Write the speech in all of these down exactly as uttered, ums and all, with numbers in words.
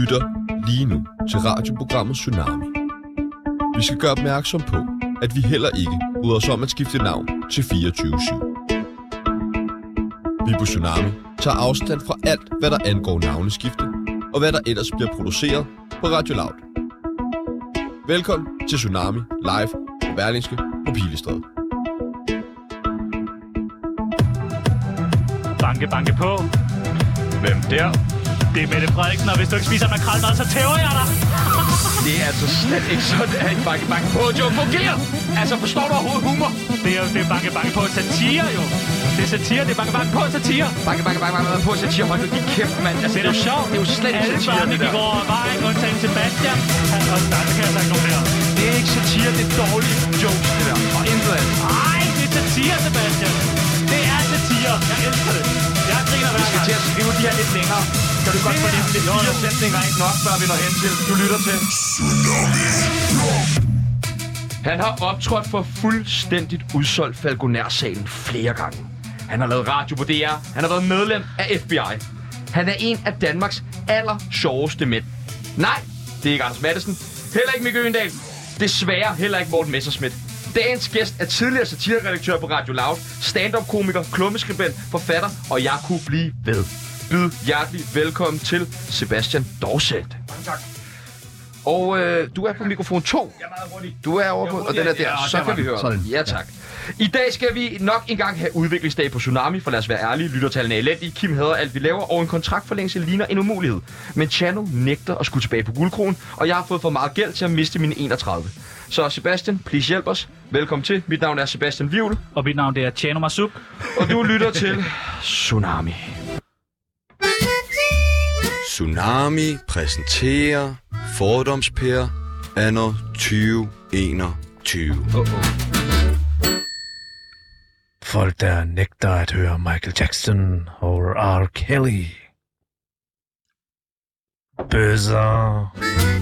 lytter lige nu til radioprogrammet Tsunami. Vi skal gøre opmærksom på, at vi heller ikke bryder os om at skifte navn til fireogtyve syv. Vi på Tsunami tager afstand fra alt, hvad der angår navneskifte, og hvad der ellers bliver produceret på Radio Loud. Velkommen til Tsunami live på Berlingske på Pilestræde. Banke, banke på. Hvem der? Det er Mette Frederiksen, og hvis du ikke spiser makrelmad, så tæver jeg dig. Det er altså slet ikke sådan, at en banke, banke på joke fungerer. Altså, forstår du overhovedet humor? Det er jo det er banke, banke på satire, jo. Det er satire, det er banke, banke på satire. Banke, banke, banke, banke på satire. Hold nu din kæft, mand. Altså, det er jo sjovt. Det er jo slet ikke satire, det der. Alle børnene gik over vejen, undtagen Sebastian. Han og der kan jeg sige noget mere. Det er ikke satire, det er dårlige jokes, det der. Og intet andet. Nej, det er satire, Sebastian. Det er satire. Jeg elsker det. Jeg griner hver gang. Vi skal til at skrive de her lidt længere. Kan du godt få lidt fire sætninger ikke nok, før vi når hen til? Du lytter til Han har optrådt for fuldstændigt udsolgt Falconer-salen flere gange. Han har lavet radio på D R. Han har været medlem af F B I. Han er en af Danmarks aller sjoveste mænd. Nej, det er ikke Anders Matthesen. Heller ikke Mikke Øgendahl. Desværre heller ikke Morten Messerschmidt. Dagens gæst er tidligere satireredaktør på Radio Loud, stand-up-komiker, klummeskribent, forfatter, og jeg kunne blive ved. Byd hjertelig velkommen til Sebastian Dorset. Mange tak. Og øh, du er på mikrofon to. Jeg er meget hurtig. Du er over på, og den er der, ja, så der kan vi den. høre. Sådan. Ja, tak. I dag skal vi nok engang have udviklingsdag på Tsunami, for lad os være ærlige. Lyttertallene er elendige, Kim hader alt vi laver, og en kontraktforlængelse ligner en umulighed. Men Chano nægter at skulle tilbage på guldkronen, og jeg har fået for meget gæld til at miste mine enogtredive. Så Sebastian, please hjælp os. Velkommen til. Mit navn er Sebastian Vivel. Og mit navn det er Chano Masuk. Og du lytter til Tsunami. Tsunami præsenterer Fordomspær anno tyve enogtyve. Oh, oh. Folk, der nægter at høre Michael Jackson og R. Kelly. Bøsser.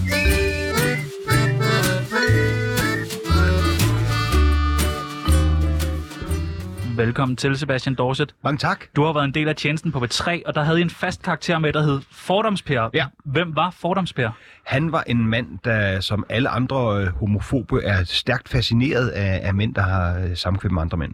Velkommen til, Sebastian Dorset. Mange tak. Du har været en del af tjenesten på B tre, og der havde I en fast karakter med, der hed Fordomspær. Ja. Hvem var Fordomspær? Han var en mand, der som alle andre øh, homofobe er stærkt fascineret af, af mænd, der har øh, samkvem med andre mænd.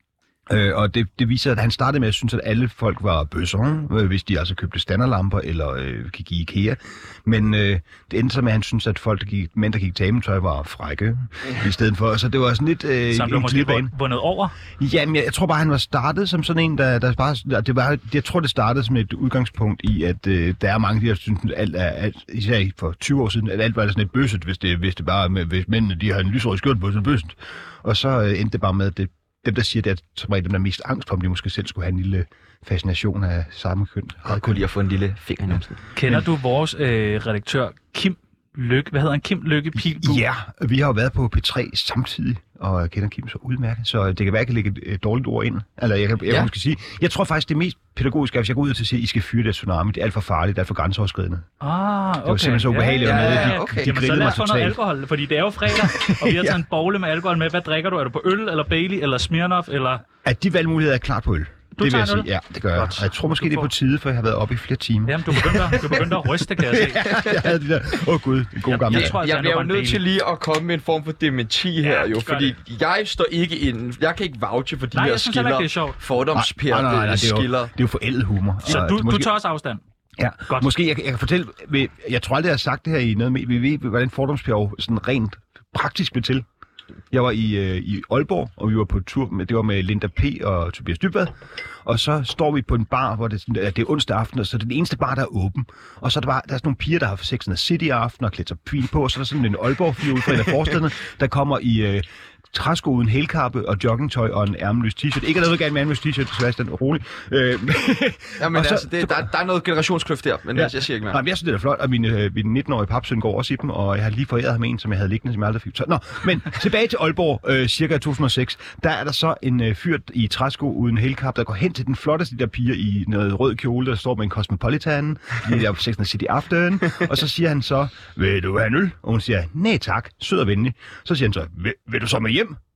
Øh, og det, det viser, at han startede med at synes, at alle folk var bøsser, øh, hvis de altså købte standardlamper eller øh, gik i IKEA. Men øh, det endte så med, at han synes, at folk, der gik, mænd, der gik dametøj, var frække i stedet for. Så det var sådan lidt øh, Så han blev måske vundet over? Jamen, jeg, jeg tror bare, han var startet som sådan en, der, der bare... Det var, jeg tror, det startede som et udgangspunkt i, at øh, der er mange, der synes, at alt er... Alt, især for tyve år siden, at alt var sådan lidt bøsset, hvis det, hvis det bare... Med, hvis mændene, de har en lysrød skjort på, så bøsset. Og så øh, endte det bare med, at det dem, der siger, det er som regel dem, der er mest angst for, om de måske selv skulle have en lille fascination af samme køn. Jeg kunne lige at få en lille finger i numsen. Kender du vores øh, redaktør Kim Lykke? Hvad hedder han? Kim Lykke Pilgaard? Ja, vi har jo været på P tre samtidig, og jeg kender Kim så udmærket, så det kan være, at jeg kan lægge et dårligt ord ind. Eller jeg kan, jeg ja. kan måske sige, jeg tror faktisk, det mest pædagogiske er, hvis jeg går ud til at sige, at I skal fyre det Tsunami. Det er alt for farligt, det er alt for grænseoverskridende. Ah, okay. Det var simpelthen så ubehageligt ja, at ja, med. ja, De, okay. de Jamen, så lad os få noget totalt. alkohol, fordi det er jo fredag, og vi har taget ja. en bogle med alkohol med. Hvad drikker du? Er du på øl, eller Bailey, eller Smirnoff, eller... At de valgmuligheder er klart på øl. Du det vil jeg sige. Ja, det gør jeg. Godt. Og jeg tror måske, det er på tide, for jeg har været oppe i flere timer. Jamen, du begyndte, du begyndte at ryste, kan jeg se. ja, jeg havde de der... Åh oh, gud, en god jeg, gammel. jeg, tror, jeg, jeg bliver jo nødt til lige at komme med en form for dementi her, ja, jo, fordi det. jeg står ikke ind. Jeg kan ikke vouche for de nej, her jeg synes heller ikke, det er skiller. sjovt. Fordomspær, nej, nej, nej, nej, det, er jo, skiller. det er jo forældet humor. Så og, du, måske, du tager også afstand? Ja, godt. Måske jeg, jeg kan fortælle... Jeg tror aldrig, jeg har sagt det her i noget med... Vi ved, hvordan fordomspær sådan rent praktisk blev til. Jeg var i, øh, i Aalborg, og vi var på tur med, det var med Linda P. og Tobias Dybvad. Og så står vi på en bar, hvor det, sådan, det er onsdag aften, og så er det den eneste bar, der er åben. Og så er der, bare, der er sådan nogle piger, der har Sex and the City aften og klædt sig fint på, og så er der sådan en Aalborg-fyr ud fra en af forstederne, der kommer i øh, træsko uden hælkappe og joggingtøj og en ærmeløs t-shirt. Ikke noget galt med ærmeløs t-shirt, Sebastian, rolig. Øh, Jamen så, altså, det, der, der er noget generationskløft der, men ja. jeg siger ikke mere. Nej, men jeg synes, det er flot, og min, øh, min nitten-årige papsøn går også i dem, og jeg har lige foræret ham en, som jeg havde liggende, som jeg aldrig fik. Så, nå, men tilbage til Aalborg, øh, cirka to tusind og seks, der er der så en øh, fyr i træsko uden hælkap, der går hen til den flotteste der piger i noget rød kjole, der står med en Cosmopolitan, lige der på Sex and the City aften, og så siger han så, vil du have en øl? Og hun siger, nej tak, sød og venlig. Så siger han så, vil, vil du så med hjem?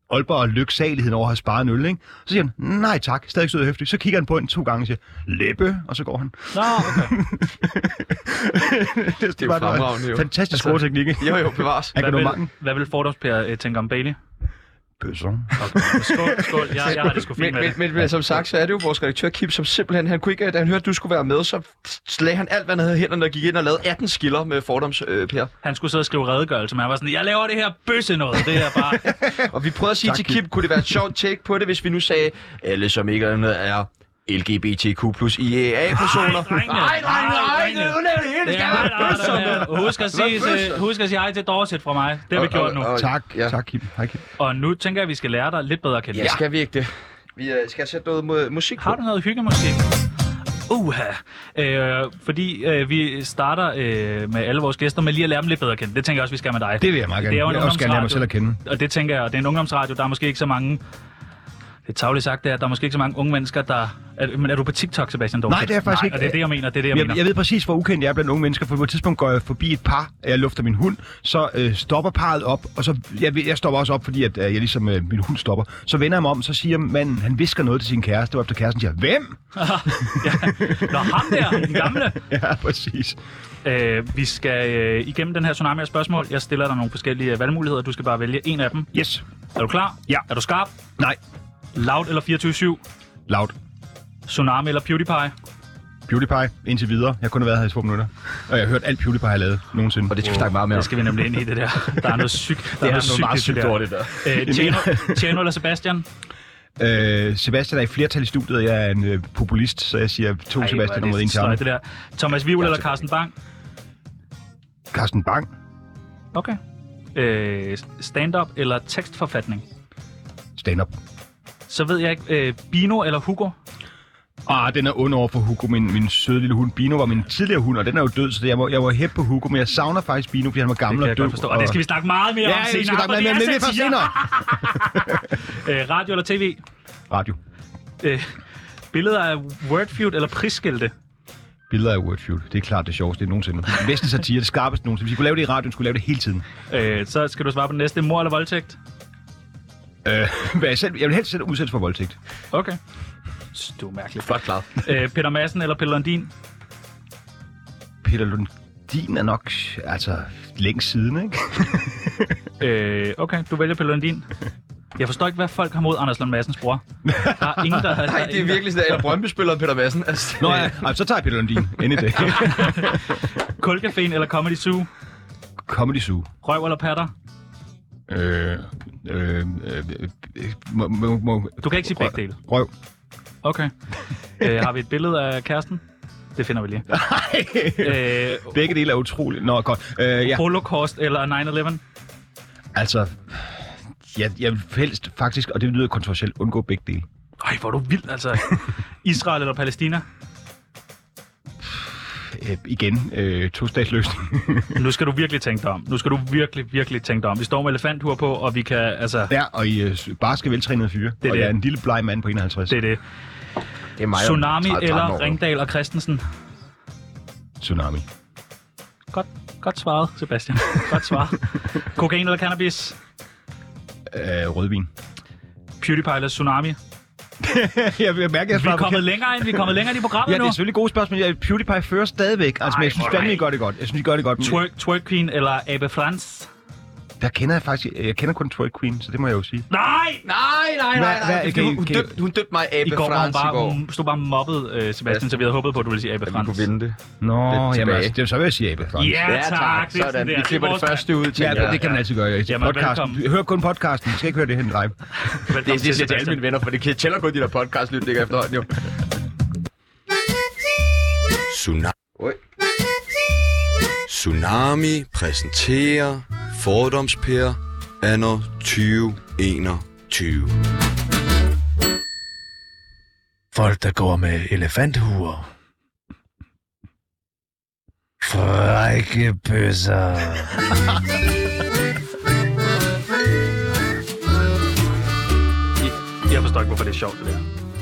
Aalborg lyksaligheden over at have sparet en øl, ikke? Så siger han, nej tak, stadig sød og høflig. Så kigger han på hende to gange og siger, læbe, og så går han. Nå, okay. Det er jo fremragende, jo. Fantastisk altså, ordteknik, ikke? Jo, jo, bevares. Hvad vil, hvad vil fordomspære øh, tænke om Bailey? Bøsser. Okay. Skål, skål. Jeg, jeg har det sgu fint men, med men, det. men, men som sagt, så er det jo vores redaktør Kim, som simpelthen, han kunne ikke, da han hørte, at du skulle være med, så lagde han alt, hvad han havde i hænderne, og gik ind og lavede atten skiller med fordomspære. Han skulle sidde og skrive redegørelse, men han var sådan, jeg laver det her bøsse noget, det er bare... Og vi prøvede at sige tak, til Kim, kunne det være et sjovt take på det, hvis vi nu sagde, alle som ikke er noget er L G B T Q plus I A A-personer. Nej, drenge! Nej, drenge, nej, det er det hele, det skal være bøsser. Husk at sige til, husk at sige hej til Dorset fra mig. Det har vi gjort nu. Tak, tak Kim. Hej Kim. Og nu tænker jeg, at vi skal lære dig lidt bedre at kende. Ja, skal vi ikke det? Vi uh, skal sætte noget musik på. Har du noget hyggemusik? Uha. Øh, fordi øh, vi starter øh, med alle vores gæster med lige at lære dem lidt bedre at kende. Det tænker jeg også, vi skal med dig. Det vil jeg meget gerne. Det er jo en jeg også gerne lære mig selv at kende. Og det tænker jeg, og det er en ungdomsradio. Der er måske ikke så mange... Det er tavligt sagt, det er, at der er måske ikke så mange unge mennesker, der... Er, men er du på TikTok, Sebastian Dorset? Nej, det er faktisk Nej, ikke. Og det er det, jeg mener. Det er det, jeg, jeg mener. Jeg ved præcis, hvor ukendt jeg er blandt unge mennesker, for på et tidspunkt går jeg forbi et par, jeg lufter min hund, så øh, stopper parret op, og så... Jeg, jeg stopper også op, fordi at, øh, jeg ligesom øh, min hund stopper. Så vender jeg mig om, så siger manden, han visker noget til sin kæreste, og efter kæresten siger, hvem? ja. Nå, ham der, den gamle. Ja, præcis. Øh, vi skal øh, igennem den her tsunami af spørgsmål. Jeg stiller dig nogle forskellige valgmuligheder. Du skal bare vælge en af dem. Yes. Er du klar? Ja. Er du skarp? Nej. Loud eller fireogtyve syv? Loud. Tsunami eller PewDiePie? PewDiePie, indtil videre. Jeg kunne have været her i to minutter. Og jeg har hørt alt PewDiePie har lavet nogensinde. Og det skal vi snakke meget mere om. Det skal vi nemlig ind i det der. Der er noget sygt. Der er noget, noget meget sygt over det der. Øh, Tjeno, Tjeno eller Sebastian? Øh, Sebastian er i flertal i studiet. Jeg er en øh, populist, så jeg siger to Ej, Sebastian mod en til det der. Thomas Wivel eller Carsten Bang? Carsten Bang. Okay. Øh, stand-up eller tekstforfatning? Stand-up. Så ved jeg ikke, øh, Bino eller Hugo? Ah, den er ond over for Hugo, min, min søde lille hund. Bino var min tidligere hund, og den er jo død, så jeg var, jeg var hæppe på Hugo, men jeg savner faktisk Bino, fordi han var gammel og død. Og... og det skal vi snakke meget mere ja, om senere. Ja, vi skal snakke meget mere om det senere. øh, radio eller tv? Radio. Øh, billeder af Wordfeud eller prisskilte? Billeder af Wordfeud. Det er klart det sjoveste nogensinde. Det bedste satire, det skarpeste nogensinde. Hvis vi kunne lave det i radioen, skulle vi lave det hele tiden. Øh, så skal du svare på den næste. Mor eller voldtægt? Øh, jeg, selv, jeg vil helst selv udsættes for voldtægt. Okay. Du er mærkelig. Flot klar. øh, Peter Madsen eller Peter Lundin? Peter Lundin er nok, altså, længst siden, ikke? øh, okay, du vælger Peter Lundin. Jeg forstår ikke, hvad folk har mod Anders Lund Madsens bror. Der er ingen, der... Nej, det er virkelig sådan, at Brøndby-spilleren Peter Madsen. Altså, Nå ja, altså, så tager jeg Peter Lundin. End i det. Kulcaféen eller Comedy Zoo? Comedy Zoo. Røv eller patter? Øh, øh, øh, må, må, må, du kan ikke sige begge dele. Røv. Okay. øh, har vi et billede af Kirsten? Det finder vi lige. øh, begge dele er utroligt. Nå, godt. Øh, ja. Holocaust eller nine eleven? Altså, jeg, jeg vil helst faktisk, og det lyder kontroversielt, undgå begge dele. Ej, hvor er du vild, altså. Israel eller Palæstina? Øh, igen, øh, to-statsløsning. Nu skal du virkelig tænke dig om. Nu skal du virkelig, virkelig tænke dig om. Vi står med elefanthuer på, og vi kan, altså... Ja, og I øh, bare skal veltrænede fyre. Det er og det. jeg er en lille bleg mand på enoghalvtreds. Det er det. Det er mig Tsunami tredive, eller år. Ringdal og Christensen? Tsunami. Godt, godt svaret, Sebastian. Godt svaret. Kokain eller cannabis? Øh, rødvin. PewDiePie eller Tsunami? jeg vil mærke, at jeg vi er kommet længere ind, vi er kommet længere ind i programmet ja, nu. det er selvfølgelig gode spørgsmål. Jeg PewDiePie fører stadigvæk. Altså, Ej, men jeg synes fandme, I gør det godt. Jeg synes, I gør det godt. Twerk, twerk Queen eller Abe Frans? Der kender jeg faktisk... Jeg kender kun Twerk Queen, så det må jeg jo sige. Nej! Nej, nej, nej, nej. Hvad, hun, hun, døbte, hun døbte mig Abe I går, Frans bare, i går. Hun stod bare mobbet, uh, Sebastian, ja. Så vi havde håbet på, at du ville sige Abe Frans. Ja, vi kunne vinde det. Nå, jamen, altså, det, så vil jeg sige Abe Frans. Ja, ja tak. Sådan, sådan. Vi klipper det første ud til. Ja, ja, det kan man altid gøre. Ja. Jamen, podcasten. Hør kun podcasten. Jeg skal ikke høre det hen live. Det, det siger til alle mine venner, for det tæller kun de der podcast-lytninger efterhånden jo. Tsunami. Oi. Tsunami præsenterer Fordomspær anno tyve enogtyve. Folk, der går med elefanthuer. Frække bøsser. Jeg forstår ikke, hvorfor det er sjovt, det der.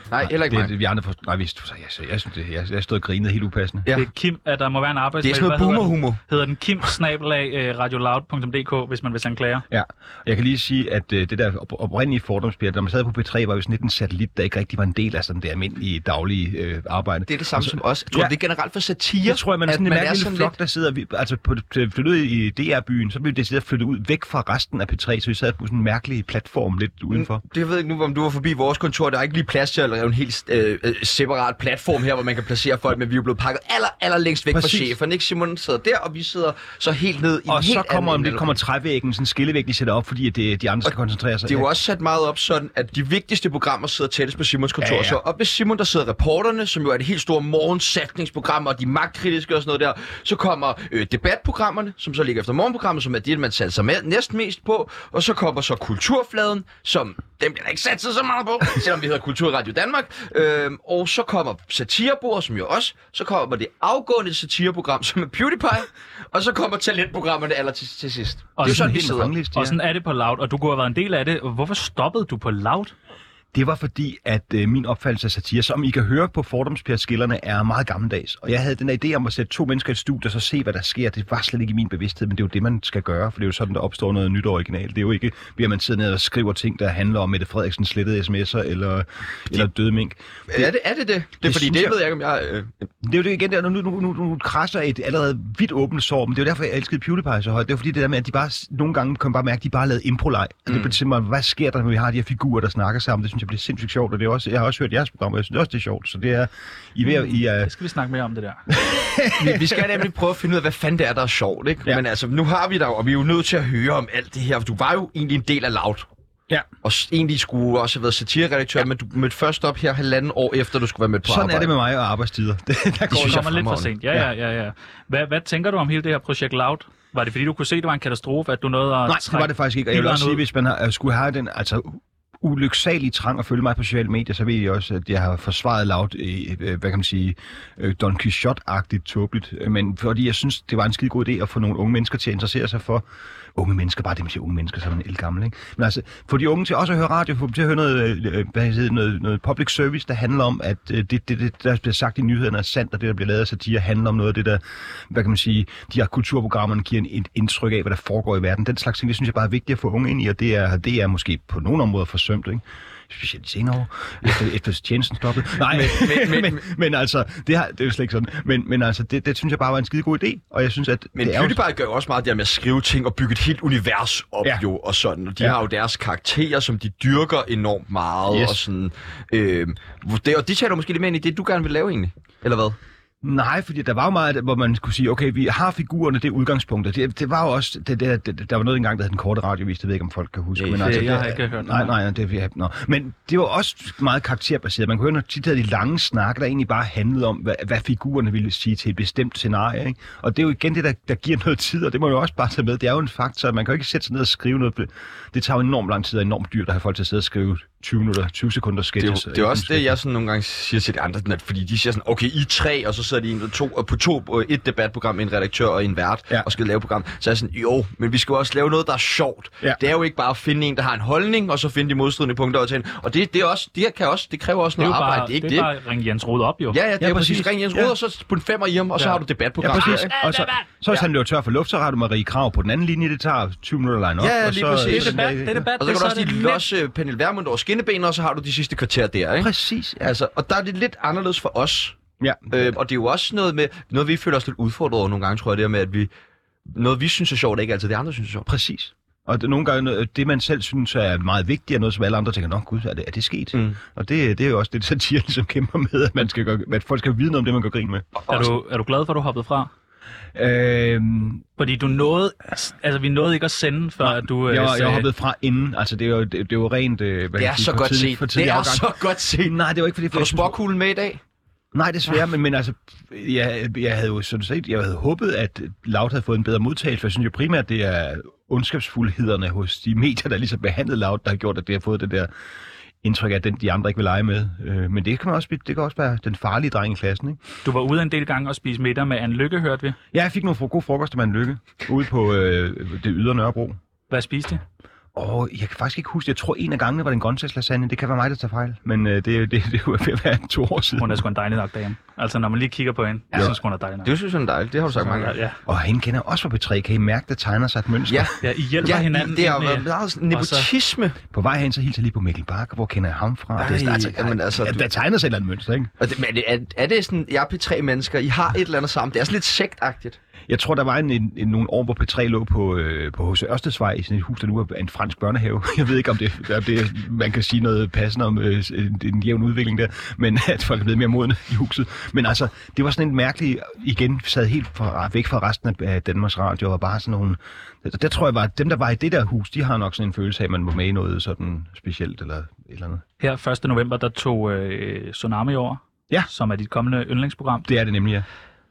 Nej, heller ikke det, mig. det, vi andre forstår. Nej, vi, jeg, jeg, jeg, synes, det, jeg, jeg stod og grinede helt upassende. Ja. Det er Kim, at der må være en arbejdsmail. Det er sådan noget boomer-humor. Hedder den kim snabel-a radioloud punktum d k, hvis man vil sende klager? Ja, jeg kan lige sige, at øh, det der op- oprindelige fordomsbjerg, når man sad på P tre, var jo sådan lidt en satellit, der ikke rigtig var en del af sådan det almindelige daglige øh, arbejde. Det er det samme som os. Jeg tror, Ja. det er generelt for satire. Jeg tror, at man er sådan en at mærkelig sådan flok, der sidder vi, altså på, flyttet ud i D R-byen, så blev det siddet flyttet ud væk fra resten af P tre, så vi sad på sådan en mærkelig platform lidt udenfor. Det ved jeg ikke nu, om du var forbi vores kontor. Der er ikke lige plads til at lave en helt øh, øh, separat platform her, hvor man kan placere folk, men vi er jo blevet pakket aller, aller længst væk Præcis. fra chefen. Ikke? Simon sidder der, og vi sidder så helt ned i Og en så helt kommer, om anden det kommer trævæggen, sådan en skillevæg, de sætter op, fordi at det, de andre skal koncentrere sig. Det er jo også sat meget op sådan, at de vigtigste programmer sidder tættest på Simons kontor. Ja, ja. Så op ved Simon, der sidder reporterne, som jo er det helt store morgensætningsprogram, og de magtkritiske og sådan noget der. Så kommer øh, debatprogrammerne, som så ligger efter morgenprogrammet, som er det, man satte sig med, næsten mest på. Og så kommer så kulturfladen, som dem bliver der ikke sat sig så meget på, selvom vi hedder Kulturradio Danmark. Øhm, og så kommer satirebordet, som jo også. Så kommer det afgående satireprogram, som er PewDiePie. Og så kommer talentprogrammerne aller til, til sidst. Og det er jo sådan sådan, vi helt sidder. rangliste, Og sådan er det på Loud, og du kunne have været en del af det. Hvorfor stoppede du på Loud? Det var fordi, at øh, min opfattelse af satire, som I kan høre på fordomspjerskillerne, er meget gammeldags. Og jeg havde den idé om at sætte to mennesker i et studie og så se, hvad der sker. Det var slet ikke i min bevidsthed, men det er jo det, man skal gøre, for det er jo sådan, der opstår noget nyt original. Det er jo ikke, ved at man sidder ned og skriver ting, der handler om Mette Frederiksen slettede sms'er eller, eller døde mink. Det, er, det, er det det? Det er det fordi, synes det jeg- ved jeg ikke, om jeg... Øh, Det er jo det igen der, nu, nu, nu, nu, nu krasser et allerede vidt åbent sår, men det er jo derfor, jeg elskede PewDiePie så højt. Det er fordi det der med, at de bare, nogle gange kan man bare mærke, at de bare lavede impro-leg. Mm. Det bliver simpelthen, hvad sker der, når vi har de her figurer, der snakker sammen? Det synes jeg bliver sindssygt sjovt, og det er også, jeg har også hørt jeres program, og jeg synes også, det er sjovt. Så det er, I er ved at, I er, Det skal vi snakke mere om, det der. vi, vi skal nemlig prøve at finde ud af, hvad fanden det er, der er sjovt, ikke? Ja. Men altså, nu har vi dig, og vi er jo nødt til at høre om alt det her. Du var jo egentlig en del af Loud. Ja. Og s- egentlig skulle også have været satireredaktør, ja. Men du mødte først op her halvanden år efter, du skulle være med på sådan arbejde. er det med mig og arbejdstider. Det, der går Du synes jeg kommer lidt for fremragende. sent. Ja, ja, ja, ja. Hvad, hvad tænker du om hele det her projekt Loud? Var det fordi, du kunne se, det var en katastrofe, at du nåede at Nej, det var det faktisk ikke. Og jeg vil også sige, hvis man har, skulle have den altså ulyksalige trang at følge mig på sociale medier, så ved jeg også, at jeg har forsvaret Loud i, øh, hvad kan man sige, øh, Don Quixote-agtigt tåbeligt. Men fordi jeg synes, det var en skide god idé at få nogle unge mennesker til at interessere sig for unge mennesker, bare det man siger unge mennesker, så er man ældgammel, ikke? Men altså, få de unge til også at høre radio, få dem til at høre noget, øh, hvad hedder, noget, noget public service, der handler om, at øh, det, det, det, der bliver sagt i nyhederne er sandt, og det, der bliver lavet af satire, handler om noget af det, der, hvad kan man sige, de her kulturprogrammerne giver en, et indtryk af, hvad der foregår i verden. Den slags ting, det synes jeg bare er vigtigt at få unge ind i, og det er, det er måske på nogle områder forsømt, ikke? Specielt senere år, efter, efter tjenesten stoppede. Nej, men, men, men, men altså, det, har, det er jo slet ikke sådan. Men, men altså, det, det synes jeg bare var en skide god idé, og jeg synes, at Men det er jo... PewDiePie gør jo også meget der med at skrive ting og bygge et helt univers op, Ja. jo, og sådan. Og de Ja. har jo deres karakterer, som de dyrker enormt meget, Yes. og sådan. Øh, det, og de taler måske lidt mere ind i det, du gerne vil lave egentlig, eller hvad? Nej, fordi der var jo meget, hvor man kunne sige, okay, vi har figurerne, det er udgangspunktet. Det, det var jo også, det, det, det, der var noget engang, der hed den korte radiovis, det ved jeg ikke, om folk kan huske. Ja, men det- altså, jeg har det, ikke hørt Nej, noget. nej, det, vi, nå. Men det var også meget karakterbaseret. Man kunne høre, når tit havde de lange snakke, der egentlig bare handlede om, hvad, hvad figurerne ville sige til et bestemt scenarie. Ikke? Og det er jo igen det, der, der giver noget tid, og det må jo også bare tage med. Det er jo en faktor, man kan jo ikke sætte sig ned og skrive noget. Det tager jo enormt lang tid og enormt dyrt at have folk til at sidde og skrive tyve minutter, tyve sekunder Det er, sketches. jo, det er også det, jeg sådan nogle gange siger til de andre, sådan at, fordi de siger sådan, okay, I tre, og så sidder de en, og to, og på to, og et debatprogram, en redaktør og en vært, Ja. og skal lave program. Så er jeg sådan, jo, men vi skal jo også lave noget, der er sjovt. Ja. Det er jo ikke bare at finde en, der har en holdning, og så finde de modstridende punkter og til. Og det, det, er også, det, kan også, det kræver også Det er jo noget arbejde. bare, Det er ikke det det. er bare at ringe Jens Rode op, jo. Ja, ja, det Ja, er præcis. præcis. Ring Jens Ja. Rode, og så på en femmer hjemme, og så Ja. har du Ja, debatprogram. præcis. ikke? Og så, så hvis han løber tør for luft, så har du Marie Krav på den anden linje. Det tager tyve minutter at line op. Ja, ja, og lige så, præcis. Det er debat, det er debat. Og så kan du også er det lige nemt. losse Pernille Vermund over skinnebenet, og så har du de sidste kvarter der, ikke? Præcis. Ja. Altså, og der er det lidt anderledes for os. ja. Øh, og det er jo også noget med, noget vi føler os lidt udfordret over nogle gange, tror jeg, det er med, at vi, noget vi synes er sjovt, er ikke altid det andre synes er sjovt. Præcis. Og det, nogle gange, noget- det man selv synes er meget vigtigt, er noget, som alle andre tænker, nå gud, er det, er det sket? Mm. Og det, det er jo også det, satire ligesom kæmper med, at, man skal gøre, at folk skal vide noget om det, man går grin med. Er du, er du glad for, at du hoppede fra? Øhm, Fordi du nåede, altså vi nåede ikke at sende, før at du øh, jeg, var- jeg sagde- var hoppet fra inden, altså det er jo, det, det er jo rent... Øh, hvad Det kan er jeg sige, så for godt tidlig- set. for Det tidlig er afgang. så godt set. Nej, det var ikke fordi... Får du spåkuglen med i dag? Nej, desværre, men, men altså, jeg, jeg havde jo sådan set, jeg havde håbet, at Loud havde fået en bedre modtagelse, for jeg synes jo primært, det er ondskabsfuldhederne hos de medier, der ligesom behandlede Loud, der har gjort, at det har fået det der indtryk af, at den, de andre ikke vil lege med. Øh, men det kan, man også, blive- det kan også være den farlige dreng i klassen, ikke? Du var ude en del gange og spise middag med Anne Lykke, hørte vi. Ja, jeg fik nogle gode frokoster med en lykke ude på øh, det ydre Nørrebro. Hvad spiste de? Åh, jeg kan faktisk ikke huske. Jeg tror, en af gangene var det en grøntsagslasagne. Det kan være mig, der tager fejl. Men øh, det, det, det, det er jo ved at være to år siden. Hun er sgu en dejlig nok dame. Altså, når man lige kigger på hende, ja. Jeg synes, hun er dejlig nok. Det synes jeg er dejligt. Det har du sagt mange gange. Ja. Og hende kender også fra P tre. Kan I mærke, der tegner sig et mønster? Ja, ja I hjælper ja, hinanden. det er jo med, meget sådan nepotisme. På vej hen, så hilser jeg lige på Mikkel Bakker. Hvor kender jeg ham fra? Ej, det er, altså, jamen, altså, ja, du... der tegner sig et eller andet mønster, ikke? Og det, men er, er det sådan, jeg er P tre mennesker, I har et eller andet sammen. Det er sådan lidt sektagtigt. Jeg tror, der var en, en, en, nogle år, hvor P tre lå på, øh, på H C Ørstedsvej i sådan et hus, der nu er en fransk børnehave. Jeg ved ikke, om det, om det man kan sige noget passende om øh, en, en jævn udvikling der, men at folk er blevet mere modne i huset. Men altså, det var sådan en mærkelig, igen, sad helt fra, væk fra resten af Danmarks Radio, og bare sådan nogle... Der, der tror jeg bare, at dem, der var i det der hus, de har nok sådan en følelse af, at man var med i noget sådan specielt eller et eller andet. Her første november, der tog øh, Tsunami over, ja. Som er dit kommende yndlingsprogram. Det er det nemlig, ja.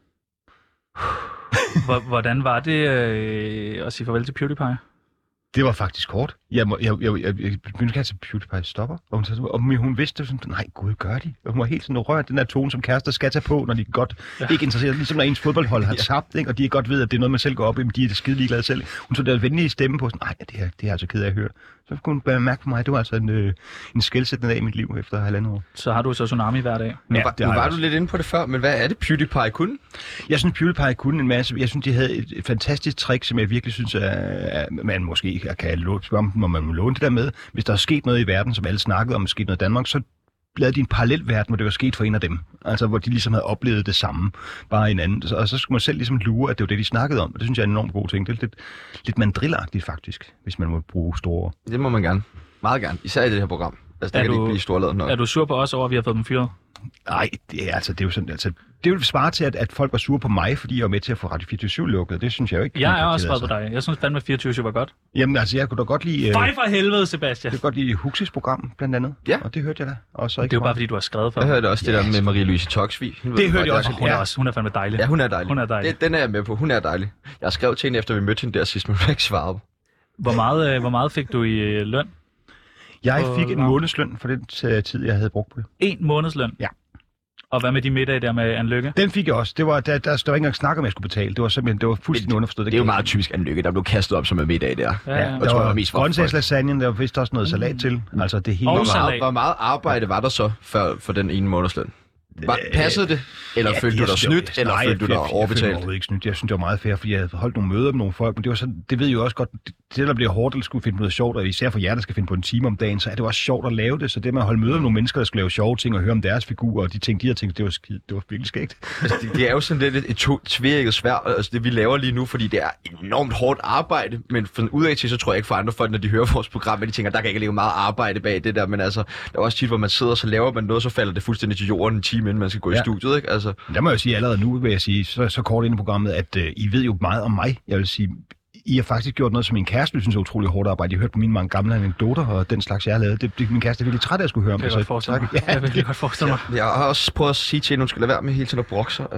Hvordan var det øh, at sige farvel til PewDiePie? Det var faktisk hårdt. Jeg, må, jeg, jeg, jeg, jeg begyndte at sige, at PewDiePie stopper. Og hun, sagde, og hun vidste sådan, nej gud, gør de? Og hun var helt sådan rørt, den der tone, som kærester skal tage på, når de godt ja. Ikke interesserer. Ligesom når ens fodboldhold har tabt, ikke? Og de godt ved, at det er noget, man selv går op i, men de er skide ligeglade selv. Hun tog der venlige stemme på, sådan, nej, det er, det er altså ked af at høre. Så kunne hun mærke på mig, det var altså en, øh, en skelsættende dag i mit liv efter halvandet år. Så har du så Tsunami hver dag? Nu, ja, var, nu var du lidt inde på det før, men hvad er det, PewDiePie kunne? Jeg synes, PewDiePie kunne en masse. Jeg synes, de havde et, et fantastisk trick, som jeg virkelig synes, at man måske kan spørge om, om man må låne det der med. Hvis der er sket noget i verden, som alle snakkede om, sket noget i Danmark, så lavede de en parallel verden, hvor det var sket for en af dem. Altså, hvor de ligesom havde oplevet det samme, bare en anden. Og så skulle man selv ligesom lure, at det var det, de snakkede om. Og det synes jeg er en enormt god ting. Det er lidt, lidt mandrilagtigt, faktisk, hvis man må bruge store. Det må man gerne. Meget gerne. Især i det her program. Altså, der er kan du, ikke blive storladet nok. Er du sur på os over, at vi har fået dem fyret? Nej, det er, altså, det er jo sådan, altså, det vil svare til, at, at folk var sure på mig, fordi jeg var med til at få Radio fireogtyve syv lukket. Det synes jeg jo ikke. Jeg er også svaret på dig. Jeg synes fandme, at fireogtyve syv var godt. Jamen, altså, jeg kunne da godt lide... Fej for helvede, Sebastian! Jeg kunne godt lide Huxis program, blandt andet. Ja. Og det hørte jeg da. Og så det er jo bare, fordi du har skrevet for Jeg hørte også det der med Marie-Louise Toksvig. Det hørte jeg også. Hun er, også. Hun er fandme dejlig. Ja, hun er dejlig. Hun er dejlig. Det, den er jeg med på. Hun er dejlig. Jeg skrev til hende, efter vi mødte hende der sidst, men hun ikke svarede. Hvor meget, øh, hvor meget fik du i øh, løn? Jeg fik en månedsløn for den tid, jeg havde brugt på det. En månedsløn? Ja. Og hvad med de middage der med Anne Lykke? Den fik jeg også. Det var, der, der, der var ikke engang snak om, jeg skulle betale. Det var simpelthen, det var fuldstændig underforstået. Det, det er jo meget typisk Anne Lykke, der blev kastet op som en middag der. Ja, ja. ja der var, var grøntsagslasagne, der var vist også noget salat til. Altså det hele. Og hvor, meget, hvor meget arbejde var der så for, for den ene månedsløn? Var, passede det? Eller ja, følte du dig snydt? Eller nej, følte du dig overbetalt? Jeg følte ikke snydt. Jeg synes, det var meget fair, fordi jeg havde holdt nogle møder med nogle folk, men det var sådan, det ved jeg jo også godt, det der bliver hårdt, at skulle finde noget sjovt, og især for jer, der skal finde på en time om dagen, så er det også sjovt at lave det. Så det med at holde møder med nogle mennesker, der skulle lave sjove ting og høre om deres figurer, og de ting, de har tænkt, det var skide, det var virkelig skægt. Altså, det, det er jo sådan lidt et to, tvækket svært, altså det vi laver lige nu, fordi det er enormt hårdt arbejde, men for udad til, så tror jeg ikke for andre folk, når de hører vores program, at de tænker, der kan ikke lave meget arbejde bag det der, men altså, der er også tit, hvor man sidder, så laver man noget, så falder det fuldstændig til jorden en time, inden man skal gå ja. i studiet, ikke? Altså. Der må jeg jo sige allerede nu, vil jeg sige, så, så kort ind i programmet, at øh, I ved jo meget om mig. Jeg vil sige, I har faktisk gjort noget, som min kæreste synes er utrolig hårdt arbejde. Jeg hørte på mine mange gamle anekdoter og den slags, jeg har lavet. Det, det min kæreste er virkelig træt af at skulle høre om det. Det kan jeg godt forestille mig. Ja, jeg vil godt forestille mig. Jeg har også prøvet at sige til hende, hun skal lade være med hele tiden at brokke sig.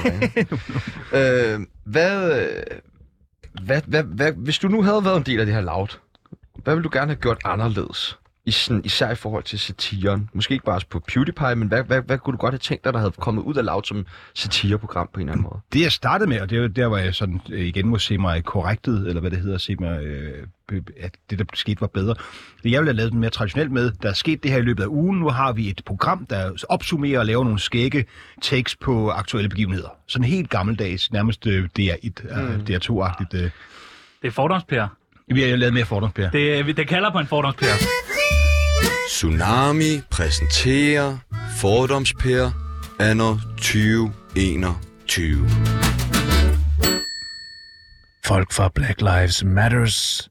øh, hvad, hvad, hvad, hvad, hvis du nu havde været en del af det her Loud, hvad ville du gerne have gjort anderledes? I sådan, især i forhold til satiren. Måske ikke bare på PewDiePie, men hvad, hvad, hvad kunne du godt have tænkt dig, der havde kommet ud af Loud som satireprogram på en eller anden måde? Det jeg startede med, og det er der, hvor jeg sådan igen må se mig korrektet, eller hvad det hedder, se mig, øh, at det der skete var bedre. Det jeg ville have lavet den mere traditionelt med, der er sket det her i løbet af ugen. Nu har vi et program, der opsummerer og laver nogle skægge takes på aktuelle begivenheder. Sådan helt gammeldags, nærmest øh, D R et, mm. øh, D R to-agtigt. Øh. Det er fordomspære. Vi har jo lavet mere fordomspære. Det, det kalder på en fordomspære. Tsunami præsenterer Fordomspære anno tyve enogtyve. Folk fra Black Lives Matters.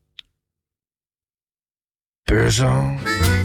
Bøsser.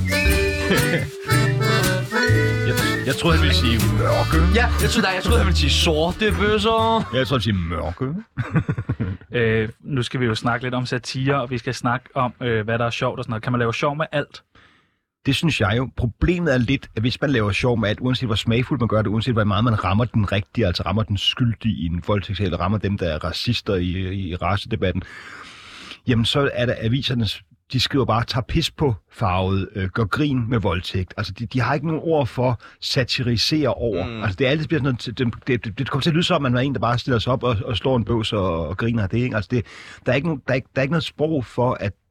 jeg, jeg troede, han ville sige mørke. Ja, jeg troede, jeg troede han ville sige sorte bøsser. Jeg troede, han ville sige mørke. øh, nu skal vi jo snakke lidt om satire, og vi skal snakke om, øh, hvad der er sjovt og sådan noget. Kan man lave sjov med alt? Det synes jeg jo. Problemet er lidt, at hvis man laver sjov med alt, uanset hvor smagfuldt man gør det, uanset hvor meget man rammer den rigtige, altså rammer den skyldige i en voldtægt, eller rammer dem, der er racister i, i racedebatten, jamen så er der avisernes, de skriver bare, tager pis på farvet, øh, gør grin med voldtægt. Altså, de, de har ikke nogen ord for satirisere over. Mm. Altså, det er altid bliver sådan noget, det, det, det kommer til at lyde som, at man er en, der bare stiller sig op og, og slår en bøs og, og griner af det, ikke? Altså, det, der, er ikke nogen, der, er ikke, der er ikke noget sprog for, at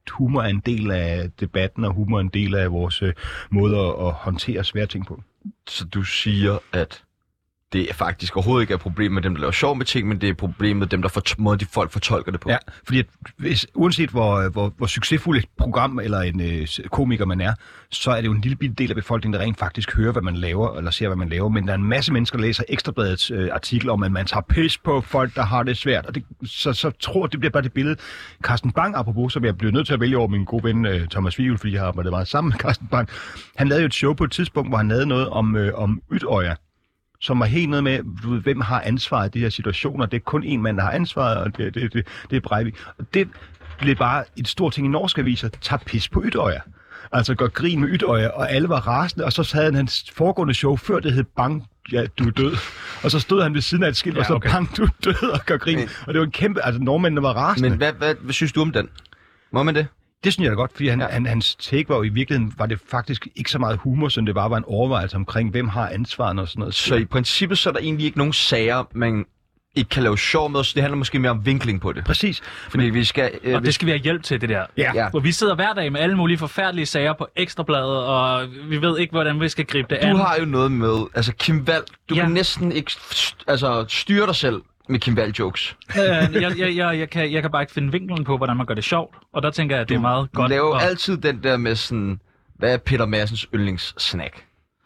humor er en del af debatten, og humor er en del af vores øh, måde at, at håndtere svære ting på. Så du siger, at det er faktisk overhovedet ikke er problemet med dem, der laver sjov med ting, men det er problemet med dem, der for måden de folk fortolker det på. Ja, fordi at hvis, uanset hvor, hvor, hvor succesfuld et program eller en øh, komiker man er, så er det jo en lille bitte del af befolkningen, der rent faktisk hører, hvad man laver, eller ser, hvad man laver. Men der er en masse mennesker, der læser Ekstrabladets øh, artikel om, at man tager pis på folk, der har det svært. Og det, så, så tror jeg, det bliver bare det billede. Carsten Bang, apropos, som jeg blev nødt til at vælge over min gode ven øh, Thomas Wivel, fordi jeg har arbejdet meget sammen med Carsten Bang. Han lavede jo et show på et tidspunkt, hvor han lavede noget om, øh, om Utøya, som var helt noget med, du ved, hvem har ansvaret i de her situationer. Det er kun en mand, der har ansvaret, og det, det, det, det er Breivik. Og det blev bare et stort ting i norske aviser, tager pis på Utøya. Altså gør grin med Utøya, og alle var rasende, og så havde han hans foregående show, før det hed Bang, ja, du er død. Og så stod han ved siden af et skilt, ja, og så okay. Bang, du er død, og gør grin. Men, og det var en kæmpe, altså nordmændene var rasende. Men hvad, hvad, hvad synes du om den? Må man det? Det synes jeg da godt, fordi han, ja. han, hans take var jo i virkeligheden, var det faktisk ikke så meget humor, som det bare var en overvejelse omkring, hvem har ansvaret og sådan noget. Så i princippet så er der egentlig ikke nogen sager, man ikke kan lave sjov med, så det handler måske mere om vinkling på det. Præcis. Fordi vi skal... Øh, og det skal vi have hjælp til, det der. Ja. Ja. Hvor vi sidder hver dag med alle mulige forfærdelige sager på Ekstrabladet, og vi ved ikke, hvordan vi skal gribe det du an. Du har jo noget med... Altså, Kim Wall, du ja. kan næsten ikke altså, styre dig selv med Kim Wall-jokes. øh, jeg, jeg, jeg, jeg, kan, jeg kan bare ikke finde vinklen på, hvordan man gør det sjovt. Og der tænker jeg, at det du er meget godt. Du laver og... altid den der med sådan... Hvad er Peter Madsens yndlingssnack?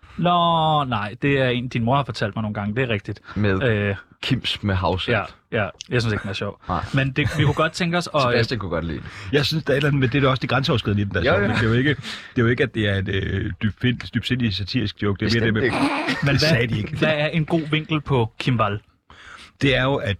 Nå, nej, det er en, din mor har fortalt mig nogle gange, det er rigtigt. Med øh, Kims med havsalt. Ja, ja, jeg synes ikke, den er sjov. Nej. Men det, vi kunne godt tænke os... Og, Sebastian kunne godt lide. Jeg synes, der er et eller andet med det, er også det grænseoverskridende i den der ja, sjov. ja. Det er jo ikke, det er jo ikke at det er et øh, dybt, dybsindigt satirisk joke. Det er mere det med... Men det hvad, de ikke. hvad er en god vinkel på Kim Wall? Det er jo, at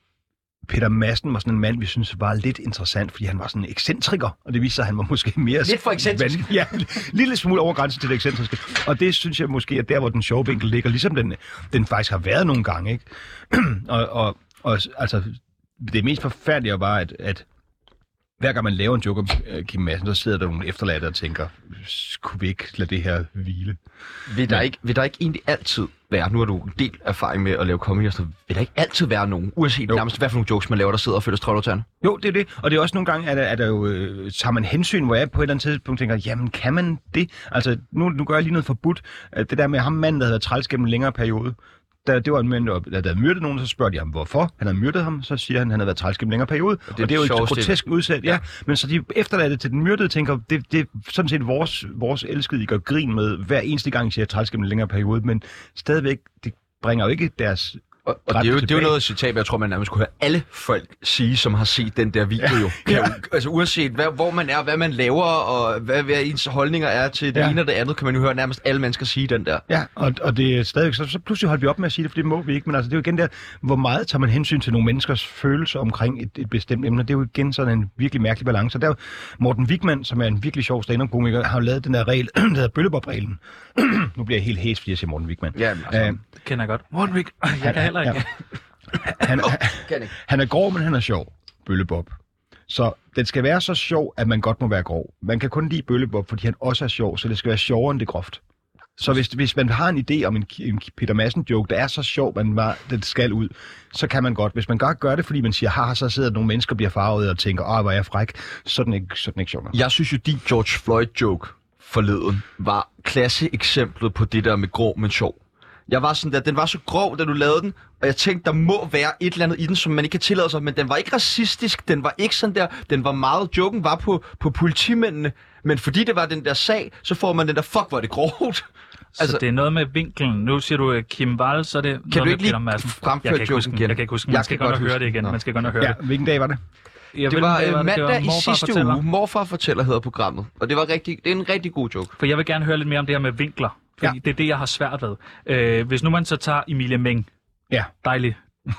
Peter Madsen var sådan en mand, vi synes var lidt interessant, fordi han var sådan en ekscentriker, og det viser sig, at han var måske mere... Lidt for ekscentrisk. Ja, lille smule over grænsen til det ekscentriske. Og det synes jeg måske er der, hvor den sjove vinkel ligger, ligesom den, den faktisk har været nogle gange, ikke? og, og, og altså, det mest forfærdelige er bare, at, at hver gang man laver en joke om uh, Kim Madsen, så sidder der nogle efterladte og tænker, kunne vi ikke lade det her hvile? Vil der, ikke, vil der ikke egentlig altid være, nu har du en del erfaring med at lave comedy, så vil der ikke altid være nogen, uanset nærmest hvad for nogle jokes man laver, der sidder og føler strømlåtagerne? Jo, det er det. Og det er også nogle gange, at der, at der jo, øh, tager man hensyn, hvor jeg på et eller andet tidspunkt tænker, jamen kan man det? Altså, nu, nu gør jeg lige noget forbudt. Det der med ham manden, der havde været træls gennem en længere periode, der, det var en mand, der, der havde myrdet nogen, så spørger de ham, hvorfor han havde myrdet ham. Så siger han, at han havde været træls gennem en længere periode. Og det, og det er jo et grotesk udsæt. Ja. ja. Men så de efterladte til den myrdede tænker, det, det er sådan set vores, vores elskede, I gør grin med hver eneste gang, I siger træls gennem en længere periode. Men stadigvæk, det bringer jo ikke deres... Og, og det, er jo, det er jo noget citat, jeg tror, man nærmest kunne høre alle folk sige, som har set den der video. Ja. Jo. Kan ja. jo altså uanset hvad, hvor man er, hvad man laver, og hvad, hvad ens holdninger er til det ja. ene og det andet, kan man jo høre nærmest alle mennesker sige den der. Ja, og, og det er stadigvæk, så, så pludselig holdt vi op med at sige det, for det må vi ikke. Men altså, det er jo igen der, hvor meget tager man hensyn til nogle menneskers følelser omkring et, et bestemt emne. Det er jo igen sådan en virkelig mærkelig balance. Og der er Morten Wigman, som er en virkelig sjov stand-up-komiker, har jo lavet den der regel, der hedder Bøllebop-reglen. Nu bliver jeg helt hæs, fordi jeg siger Morten Wigman. Ja, altså, Æh, det kender jeg godt. Morten Wigman, jeg kan heller ikke. Ja. Han, han, han er grov, men han er sjov. Bøllebob. Så den skal være så sjov, at man godt må være grov. Man kan kun lide Bøllebob, fordi han også er sjov, så det skal være sjovere end det groft. Så hvis, hvis man har en idé om en, en Peter Madsen-joke, der er så sjov, man bare, den skal ud, så kan man godt. Hvis man godt gør det, fordi man siger, haha, så sidder nogle mennesker og bliver farvet og tænker, åh, hvor er jeg fræk, så er den ikke, så er den ikke sjov nok. Jeg synes jo, din George Floyd-joke forleden var klasse eksemplet på det der med grov, men sjov. Jeg var sådan der, den var så grov, da du lavede den, og jeg tænkte, der må være et eller andet i den, som man ikke kan tillade sig, men den var ikke racistisk, den var ikke sådan der, den var meget, joken var på, på politimændene, men fordi det var den der sag, så får man den der, fuck, hvor er det grovt. Så altså, det er noget med vinklen. Nu siger du Kim Wall, så er det kan noget du med Peter Madsen. Fremføre jeg kan joken igen? Jeg kan ikke huske, man skal godt høre det igen. Man skal godt høre ja, det. Hvilken dag var det? Jeg det var vil, øh, mandag det i sidste fortæller. uge. Morfar fortæller hedder programmet, og det var rigtig, det er en rigtig god joke. For jeg vil gerne høre lidt mere om det her med vinkler. Fordi ja. det er det, jeg har svært ved. Øh, hvis nu man så tager Emilie Meng. Ja. Dejligt.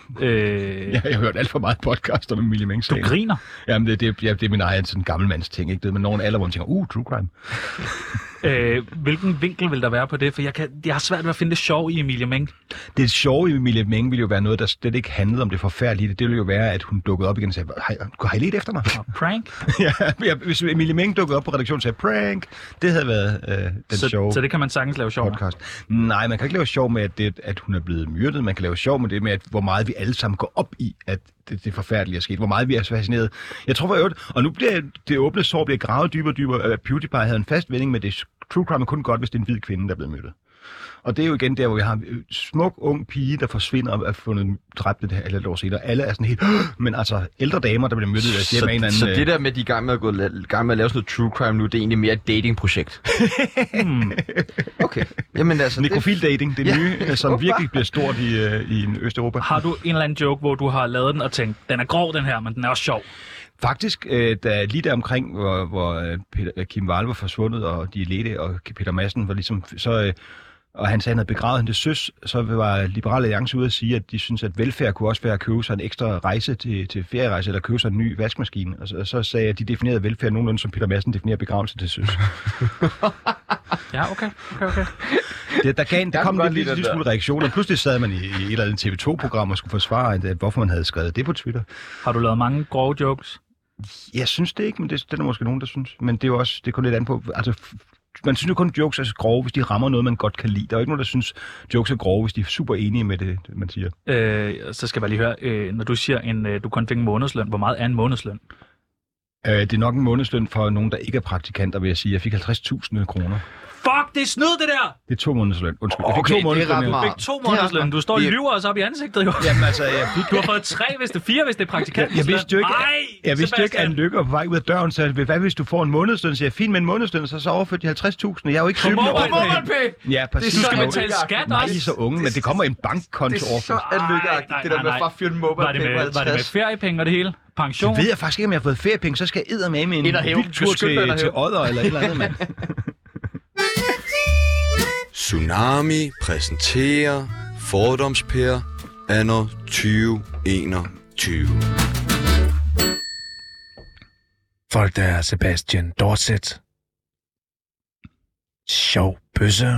Øh... ja, jeg har hørt alt for meget podcast om Emilie Meng. Du griner? Jamen, det, det, det, det er min egen sådan gammelmands ting, ikke? Det er med nogen alder, hvor man tænker, uh, true crime. øh, hvilken vinkel vil der være på det? For jeg, kan, jeg har svært ved at finde det sjov i Emilie Meng. Det sjove i Emilie Meng ville jo være noget, der slet ikke handlede om det forfærdelige. Det ville jo være, at hun dukkede op igen og sagde, har I lidt efter mig? Og prank? ja, hvis Emilie Meng dukkede op på redaktionen og sagde, prank, det havde været øh, den så, sjove Så det kan man sagtens lave sjov podcast. Nej, man kan ikke lave sjov med, at, det, at hun er blevet myrdet. Man kan lave sjov med det med, at hvor meget vi alle sammen går op i, at det, det forfærdelige er sket. Hvor meget vi er fascineret. Jeg tror, jeg og nu bliver det åbne sår bliver gravet dybere og dybere. PewDiePie havde en fast vending med det. True crime er kun godt, hvis det er en hvid kvinde, der er blevet myrdet. Og det er jo igen der, hvor vi har en smuk, ung pige, der forsvinder og er fundet dræbt det her alle år senere. Alle er sådan helt... Men altså, ældre damer, der bliver myrdet af så, en anden... Så det der med, de er i gang med at, gå, gang med at lave sådan noget true crime nu, det er egentlig mere et datingprojekt. hmm. Okay. Jamen altså... Nekrofil-dating, det ja. nye, som virkelig bliver stort i, uh, i Østeuropa. Har du en eller anden joke, hvor du har lavet den og tænkt, den er grov, den her, men den er også sjov? Faktisk, øh, da lige der omkring, hvor, hvor øh, Peter, Kim Wall var forsvundet, og de ledte, og Peter Madsen var ligesom... så øh, og han sagde, at han havde begravet hende til søs, så var Liberale Alliance ude at sige, at de synes, at velfærd kunne også være at købe sig en ekstra rejse til, til ferierejse, eller købe sig en ny vaskemaskine. Og så, og så sagde jeg, at de definerede velfærd nogenlunde, som Peter Madsen definerer begravelse til søs. Ja, okay. okay, okay. Det, der, gav, der kom en lille, lille smule reaktioner. Pludselig sad man i, i et eller andet T V to-program og skulle forsvare, at, at, hvorfor man havde skrevet det på Twitter. Har du lavet mange grove jokes? Jeg synes det ikke, men det, det er der måske nogen, der synes. Men det er jo også, det er kun lidt an på, altså... Man synes jo kun, at jokes er grove, hvis de rammer noget, man godt kan lide. Der er jo ikke nogen, der synes, at jokes er grove, hvis de er super enige med det, man siger. Øh, så skal jeg bare lige høre, øh, når du siger, en, øh, du kun fik en månedsløn, hvor meget er en månedsløn? Øh, det er nok en månedsløn for nogen, der ikke er praktikanter, vil jeg sige. Jeg fik halvtreds tusind kroner. Fuck, det er snyd, det der! Det er to månedsløn. Undskyld, jeg fik Okay, to månedsløn. det er ret Du fik to månedsløn. Du står og lyver os op i ansigtet, jo. Jamen altså, jeg fik... Du har fået tre, hvis det er fire, hvis det er praktikant. Jeg, jeg vidste jo ikke, Ej, jeg vidste jo ikke, at en lykke var på vej ud af døren, så hvad hvis du får en månedsløn? Så jeg fint med en månedsløn, så så overførte de halvtreds tusind. Jeg er jo ikke syg med MobilePay! Ja, præcis. Du skal betale skat Nej, også. I er så unge, men det kommer i en bankkonto Det er over. så anlykkeagtigt, det der med at bare fyre en Var det MobilePay med, på var det med halvtreds. feriepenge og det hele? Pension? Det ved jeg faktisk ikke, om jeg har fået feriepenge, så skal jeg eddermame med en Ind og hæve. vild tur Skynd dig ind til, og til hæve. Odder eller et eller andet, mand. Tsunami præsenterer Fordomsper anno tyve enogtyve. Folk der er Sebastian Dorset. Sjov bøsse.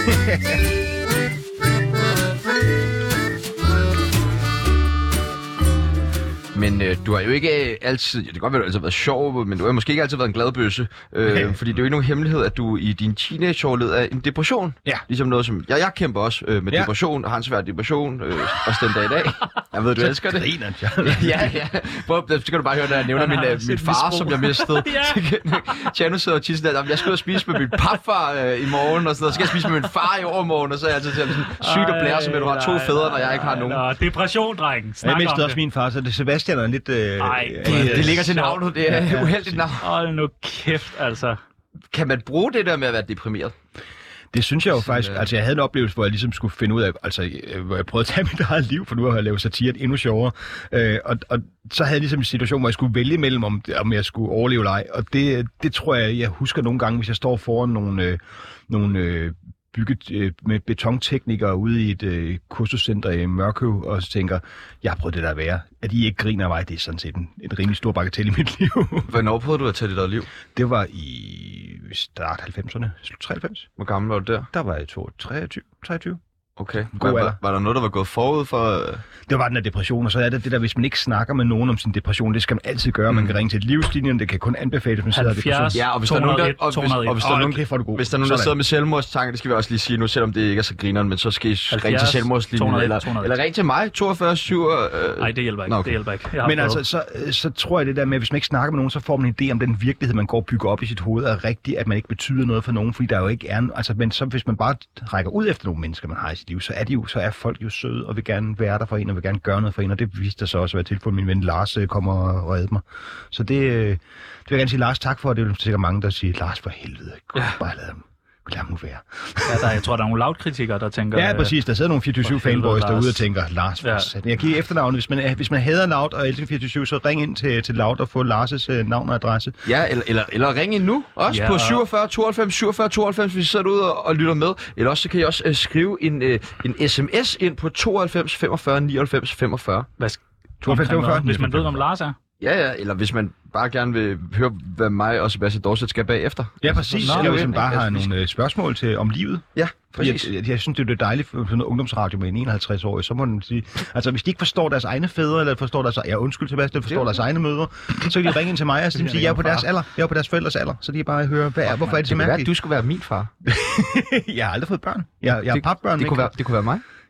Men øh, du har jo ikke øh, altid, ja, det kan godt være, du altid har været sjov, men du har måske ikke altid været en glad bøsse. Øh, Okay. fordi det er jo ikke nogen hemmelighed, at du i din teenageår led af en depression. Ja. Ligesom noget som, jeg, jeg kæmper også øh, med Ja. depression, og har en svær depression, øh, også den dag i dag. Jeg ved, du elsker det. Griner, Charlie. Ja, ja. Prøv, så kan du bare høre, når jeg nævner Han min, har øh, sit min far, misbrug. som jeg mistede. Ja. Tjano sidder og tisser der, jeg skal ud og spise med min papfar øh, i morgen, og sådan noget. Så skal jeg spise med min far i overmorgen, og så er jeg altid sådan sygt og blære, som at du har to fædre, når jeg ikke har nogen. Nå, depression, drengen. Snak Jeg om mistede også det. min far, så det Sebastian er lidt... Øh, Ej, øh, Det, det ligger til sjovt. navnet, det er Ja, ja. uheldigt navn. Hold nu kæft, altså. Kan man bruge det der med at være deprimeret? Det synes jeg jo Sådan, faktisk, øh, altså jeg havde en oplevelse, hvor jeg ligesom skulle finde ud af, altså øh, hvor jeg prøvede at tage mit eget liv, for nu har jeg lavet satire endnu sjovere, øh, og, og så havde jeg ligesom en situation, hvor jeg skulle vælge mellem, om, om jeg skulle overleve eller ej, og det, det tror jeg, jeg husker nogle gange, hvis jeg står foran nogle, øh, nogle øh, bygget øh, med betonteknikere ude i et øh, kursuscenter i Mørkøv, og så tænker, jeg har prøvet det der at være. At I ikke griner af mig, det er sådan set en, en rimelig stor bagatel i mit liv. Hvornår prøvede du at tage dit eget liv? Det var i start halvfemserne, slut treoghalvfems. Hvor gammel var du der? Der var jeg to, treogtyve, treogtyve. Okay. God Var, alder. var, var der noget, der var gået forud for... øh, Det var den der depression, og så er det det der, hvis man ikke snakker med nogen om sin depression, det skal man altid gøre. Mm. Man kan ringe til et livslinjen, det kan kun anbefales, hvis man sidder i depression. halvfjerds, Ja, og hvis der er nogen, der, og hvis, to hundrede og et, og hvis der er Åh, nogen, okay, får du god. hvis der er nogen, der Sådan. sidder med selvmordstanker, det skal vi også lige sige nu, selvom det ikke er så grineren, men så skal I ringe til halvfjerds, selvmordslinjen, to hundrede og et, eller, to hundrede og et. eller ring til mig, toogfyrre syv... Øh, Nej, det hjælper ikke. Nå, Det okay. hjælper ikke. Jeg har Men prøvet. altså, så, så tror jeg det der med, at hvis man ikke snakker med nogen, så får man en idé om den virkelighed, man går og bygger op i sit hoved, er rigtigt, at man ikke betyder noget for nogen, fordi der jo ikke er... Altså, men så hvis man bare rækker ud efter nogle mennesker, man har i sit liv, så er, de jo, så er folk jo søde og vil gerne være der for en, og vil gerne gøre noget for en, og det viste sig også at være tilfældet. Min ven Lars øh, kommer og redder mig. Så det, øh, det vil jeg gerne sige Lars tak for, det er jo sikkert mange, der siger, Lars for helvede, ja. bare lad ham, lad ham nu være. Ja, der, jeg tror, der er nogle loud-kritikere, der tænker... Ja, præcis. Der sidder nogle fireogtyve syv fanboys Lars. derude og tænker, Lars, Ja. ja. Jeg giver efternavnet. Hvis man, hvis man hader Loud og elsker fireogtyve syv, så ring ind til, til Loud og få Lars' øh, navn og adresse. Ja, eller, eller, eller ring ind nu, også Ja, på og- syvogfyrre tooghalvfems syvogfyrre tooghalvfems, hvis I sidder derude og, og lytter med. Eller også så kan I også øh, skrive en, øh, en sms ind på tooghalvfems femogfyrre nioghalvfems femogfyrre. Hvad sk- tooghalvfems femogfyrre. Hvis man ved, om Lars er. Ja, ja, eller hvis man bare gerne vil høre, hvad mig og Sebastian Dorset skal bagefter. Ja, præcis. Nå, Eller hvis okay. man bare har Altså, vi nogle øh, spørgsmål til om livet. Ja, Fordi præcis. Jeg, jeg, jeg synes, det er dejligt for sådan noget ungdomsradio med en enoghalvtreds-årig. Så må man sige, altså hvis de ikke forstår deres egne fædre, eller forstår deres, ja, undskyld Sebastian, forstår deres egne mødre, så kan de ringe ind til mig og sige, jeg er på deres alder, jeg er på deres forældres alder, så de bare hører, hvad er, hvorfor er det så Det kunne være, at mærkeligt? du skulle være min far. Jeg har aldrig fået børn. Jeg, jeg har Det- papbørn. Det kunne, ikke? være, det kunne være mig.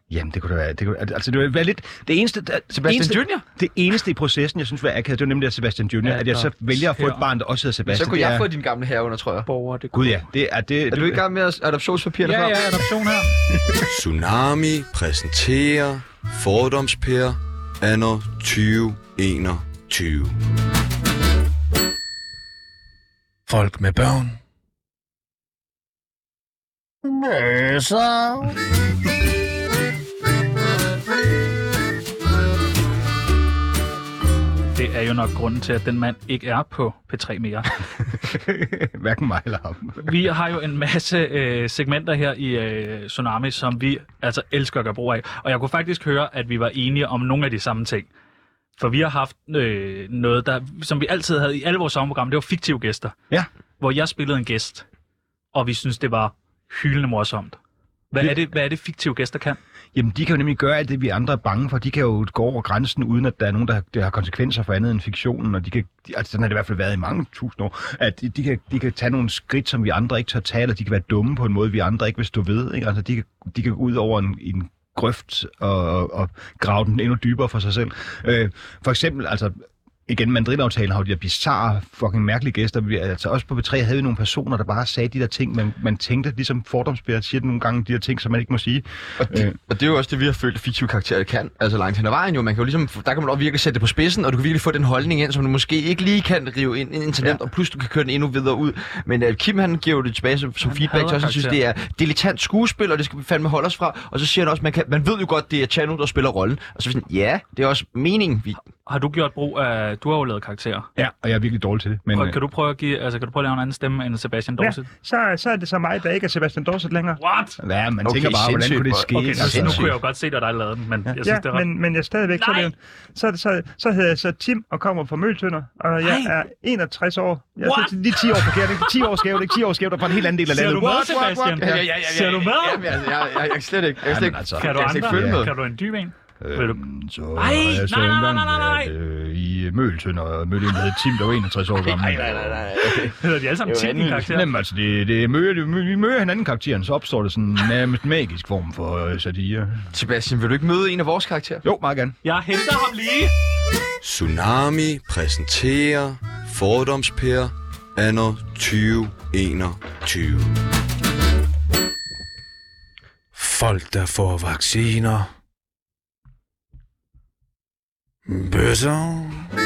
Jamen, det kunne da være. Det, kunne, altså, det ville være lidt... Det eneste... Der, Sebastian eneste, Junior? Det eneste i processen, jeg synes var akavet, det var nemlig at Sebastian Junior, Ja, at jeg så vælger at få et barn, der også hedder Sebastian. Så kunne det jeg er, få din gamle herre under, tror jeg. Borger, det Gud ja, det er det... Er du ikke i gang med adoptionspapirerne Ja, frem? ja, adoption her. Tsunami præsenterer Fordomsper anno tyve enogtyve. Folk med børn. Møsser. Det er jo nok grunden til, at den mand ikke er på P tre mere. Hverken mig eller ham. Vi har jo en masse øh, segmenter her i øh, Tsunami, som vi altså elsker at gøre brug af. Og jeg kunne faktisk høre, at vi var enige om nogle af de samme ting. For vi har haft øh, noget, der, som vi altid havde i alle vores sommerprogrammer, det var fiktive gæster. Ja. Hvor jeg spillede en gæst, og vi synes det var hyldende morsomt. Hvad er det, hvad er det fiktive gæster kan? Jamen, de kan jo nemlig gøre alt det, vi andre er bange for. De kan jo gå over grænsen, uden at der er nogen, der har, der har konsekvenser for andet end fiktionen. Og de kan, de, altså, sådan har det i hvert fald været i mange tusind år, at de, de, kan, de kan tage nogle skridt, som vi andre ikke tør tage, eller de kan være dumme på en måde, vi andre ikke vil stå ved. Ikke? Altså, de kan, de kan gå ud over en, en grøft og, og, og grave den endnu dybere for sig selv. Øh, for eksempel, altså... Igen, Madrid-aftalen har jo de her bizarre, fucking mærkelige gæster. Vi, altså også på P tre havde vi nogle personer, der bare sagde de der ting, man, man tænkte, ligesom Fordomsper siger nogle gange, de der ting, som man ikke må sige. Og det, øh. og det er jo også det, vi har følt, at fiktive karakterer kan. Altså langt hen ad vejen jo. Man kan jo ligesom, der kan man også virkelig sætte det på spidsen, og du kan virkelig få den holdning ind, som du måske ikke lige kan rive ind, ind til nemt, ja. Og plus du kan køre den endnu videre ud. Men uh, Kim, han giver jo det tilbage som, som feedback til os, han synes, det er dilettant skuespil, og det skal vi fandme holde os fra. Og så siger han også, man, kan, man ved jo godt, det er Chano, der spiller rollen. Og så er vi sådan, ja, det er også meningen. Vi... Har du gjort brug af... Du har jo lavet karakterer. Ja, og jeg er virkelig dårlig til det. Men, og kan du prøve at give, altså kan du prøve at lave en anden stemme end Sebastian Dorset? Ja, så, så er det så mig, der ikke er Sebastian Dorset længere. What? Ja, man Okay, tænker bare, hvordan kunne det ske? Okay, altså, nu kunne jeg jo godt se, at dig lavede den, men ja. jeg synes, Ja, det er ret... men, men jeg er stadigvæk så, det, så, så, så hedder jeg så Tim og kommer fra Møltønder, og jeg Ej. er enogtres år. Jeg er What? så lige ti år forkert, ikke? ti år skævt, ikke ti år skævt, og fra en helt anden del af Ser landet. du med, What, what, what? Sebastian? Ja, ja, ja, ja, Ser du med? Jamen, jeg, jeg, jeg, jeg, jeg, slet ikke. Jeg, slet ikke. altså, Kan du jeg slet ikke andre? følge med. Kan du en dyb en? Øhm, så Ej, har jeg så nej, nej, engang nej, nej, nej. været, øh, i Møltønder og mødte en, der hed Tim, der var enogtres år gammel. Nej, nej, nej, nej. Okay. Hedder de alle sammen Det er jo Tim i karakterer? Jamen altså, det, det møder, det, vi møder hinanden karakteren, så opstår det sådan en nærmest magisk form for øh, satire. Sebastian, vil du ikke møde en af vores karakterer? Jo, meget gerne. Jeg henter ham lige. Tsunami præsenterer Fordomsper anno tyve enogtyve. Folk, der får vacciner. Bøsser.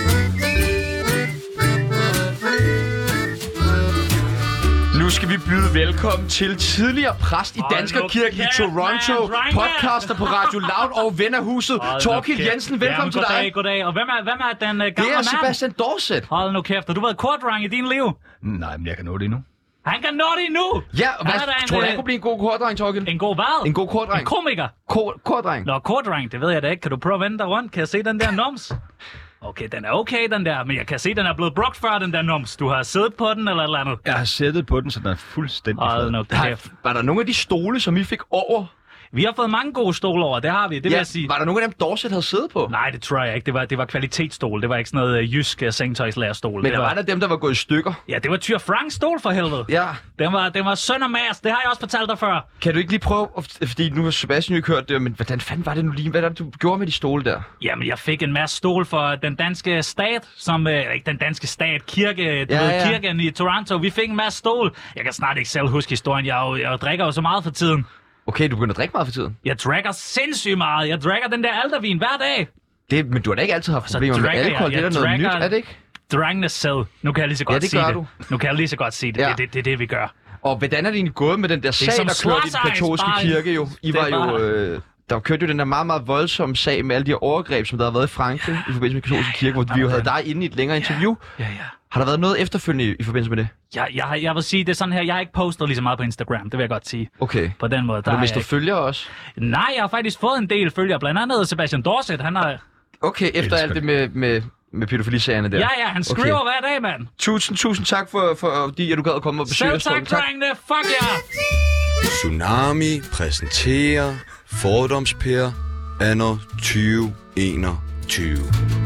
Nu skal vi byde velkommen til tidligere præst i Hold Danskerkirken nu i kæft, Toronto, mand, drenge! podcaster på Radio Loud og ven af huset, Torkild Jensen. Velkommen til goddag, dig. Goddag, og hvem er, hvem er den uh, gamle Det er mand? Sebastian Dorset. Hold nu kæft, har du været kordreng i din liv? Nej, men jeg kan nå det endnu. Han kan nå det nu! Ja, og hvad, Han er da en, tror du, øh, han kunne blive en god kordreng, Torkild? En god hvad? En god kordreng. En komiker? Kor- Kordreng. Nå, kordreng, det ved jeg da ikke. Kan du prøve at vende dig rundt? Kan jeg se den der nums? Okay, den er okay, den der, men jeg kan se, den er blevet brugt før, den der nums. Du har siddet på den, eller et eller andet? Jeg har sættet på den, så den er fuldstændig Hold flad. nu Har, kæft. var der nogle af de stole, som I fik over? Vi har fået mange gode stole over, det har vi, det vil Ja, jeg sige. var der nogle af dem, Dorset havde siddet på? Nej, det tror jeg ikke. Det var, det var kvalitetsstol. Det var ikke sådan noget uh, jysk uh, sengetøjslærerstol. Men det der var der dem, der var gået i stykker. Ja, det var Tyr Franks stol for helvede. Ja. Den var, den var søn og mas. Det har jeg også fortalt dig før. Kan du ikke lige prøve, fordi nu har Sebastian jo ikke hørt det, men hvordan fanden var det nu lige? Hvad var det, du gjorde med de stole der? Jamen, jeg fik en masse stol for den danske stat, som... Øh, ikke den danske stat, kirke, du Ja, ved, ja. kirken i Toronto. Vi fik en masse stol. Jeg kan snart ikke selv huske historien. Jeg, er jo, jeg drikker jo så meget for tiden. Okay, du begynder at drikke meget for tiden. Jeg drikker sindssygt meget. Jeg drikker den der aldervin hver dag. Det, men du har da ikke altid haft Så problemer med drikker jeg- alkohol. jeg det er da noget drikker- nyt, er det ikke? Drengene selv. Nu kan jeg lige så godt det sige gør det. du. Nu kan jeg lige så godt sige det. Ja. Det, det, det er det, vi gør. Og hvordan er det egentlig gået med den der sag, som der kørte i den slåsejs, katolske bare- kirke jo? I Det var er jo... bare- Øh, der kørte jo den der meget, meget voldsomme sag med alle de her overgreb, som der har været i Frankrig i forbindelse med katolske kirke, hvor vi jo havde dig inde i et længere interview. Ja, ja. Har der været noget efterfølgende i, i forbindelse med det? Jeg, jeg, jeg vil sige, det er sådan her, jeg har ikke postet lige så meget på Instagram, det vil jeg godt sige. Okay. På den måde, der Har du har jeg mistet ikke. følgere også? Nej, jeg har faktisk fået en del følgere, blandt andet Sebastian Dorset, han har... Okay, efter Elsker alt det med, med, med pædofilisagerne der. Ja, ja, han skriver okay. hver dag, mand. Tusind, tusind tak for, for fordi at du gad at komme og besøge Selv os. tak, Torben. drengene. Fuck jer. Tsunami præsenterer Fordomsper anno tyve enogtyve.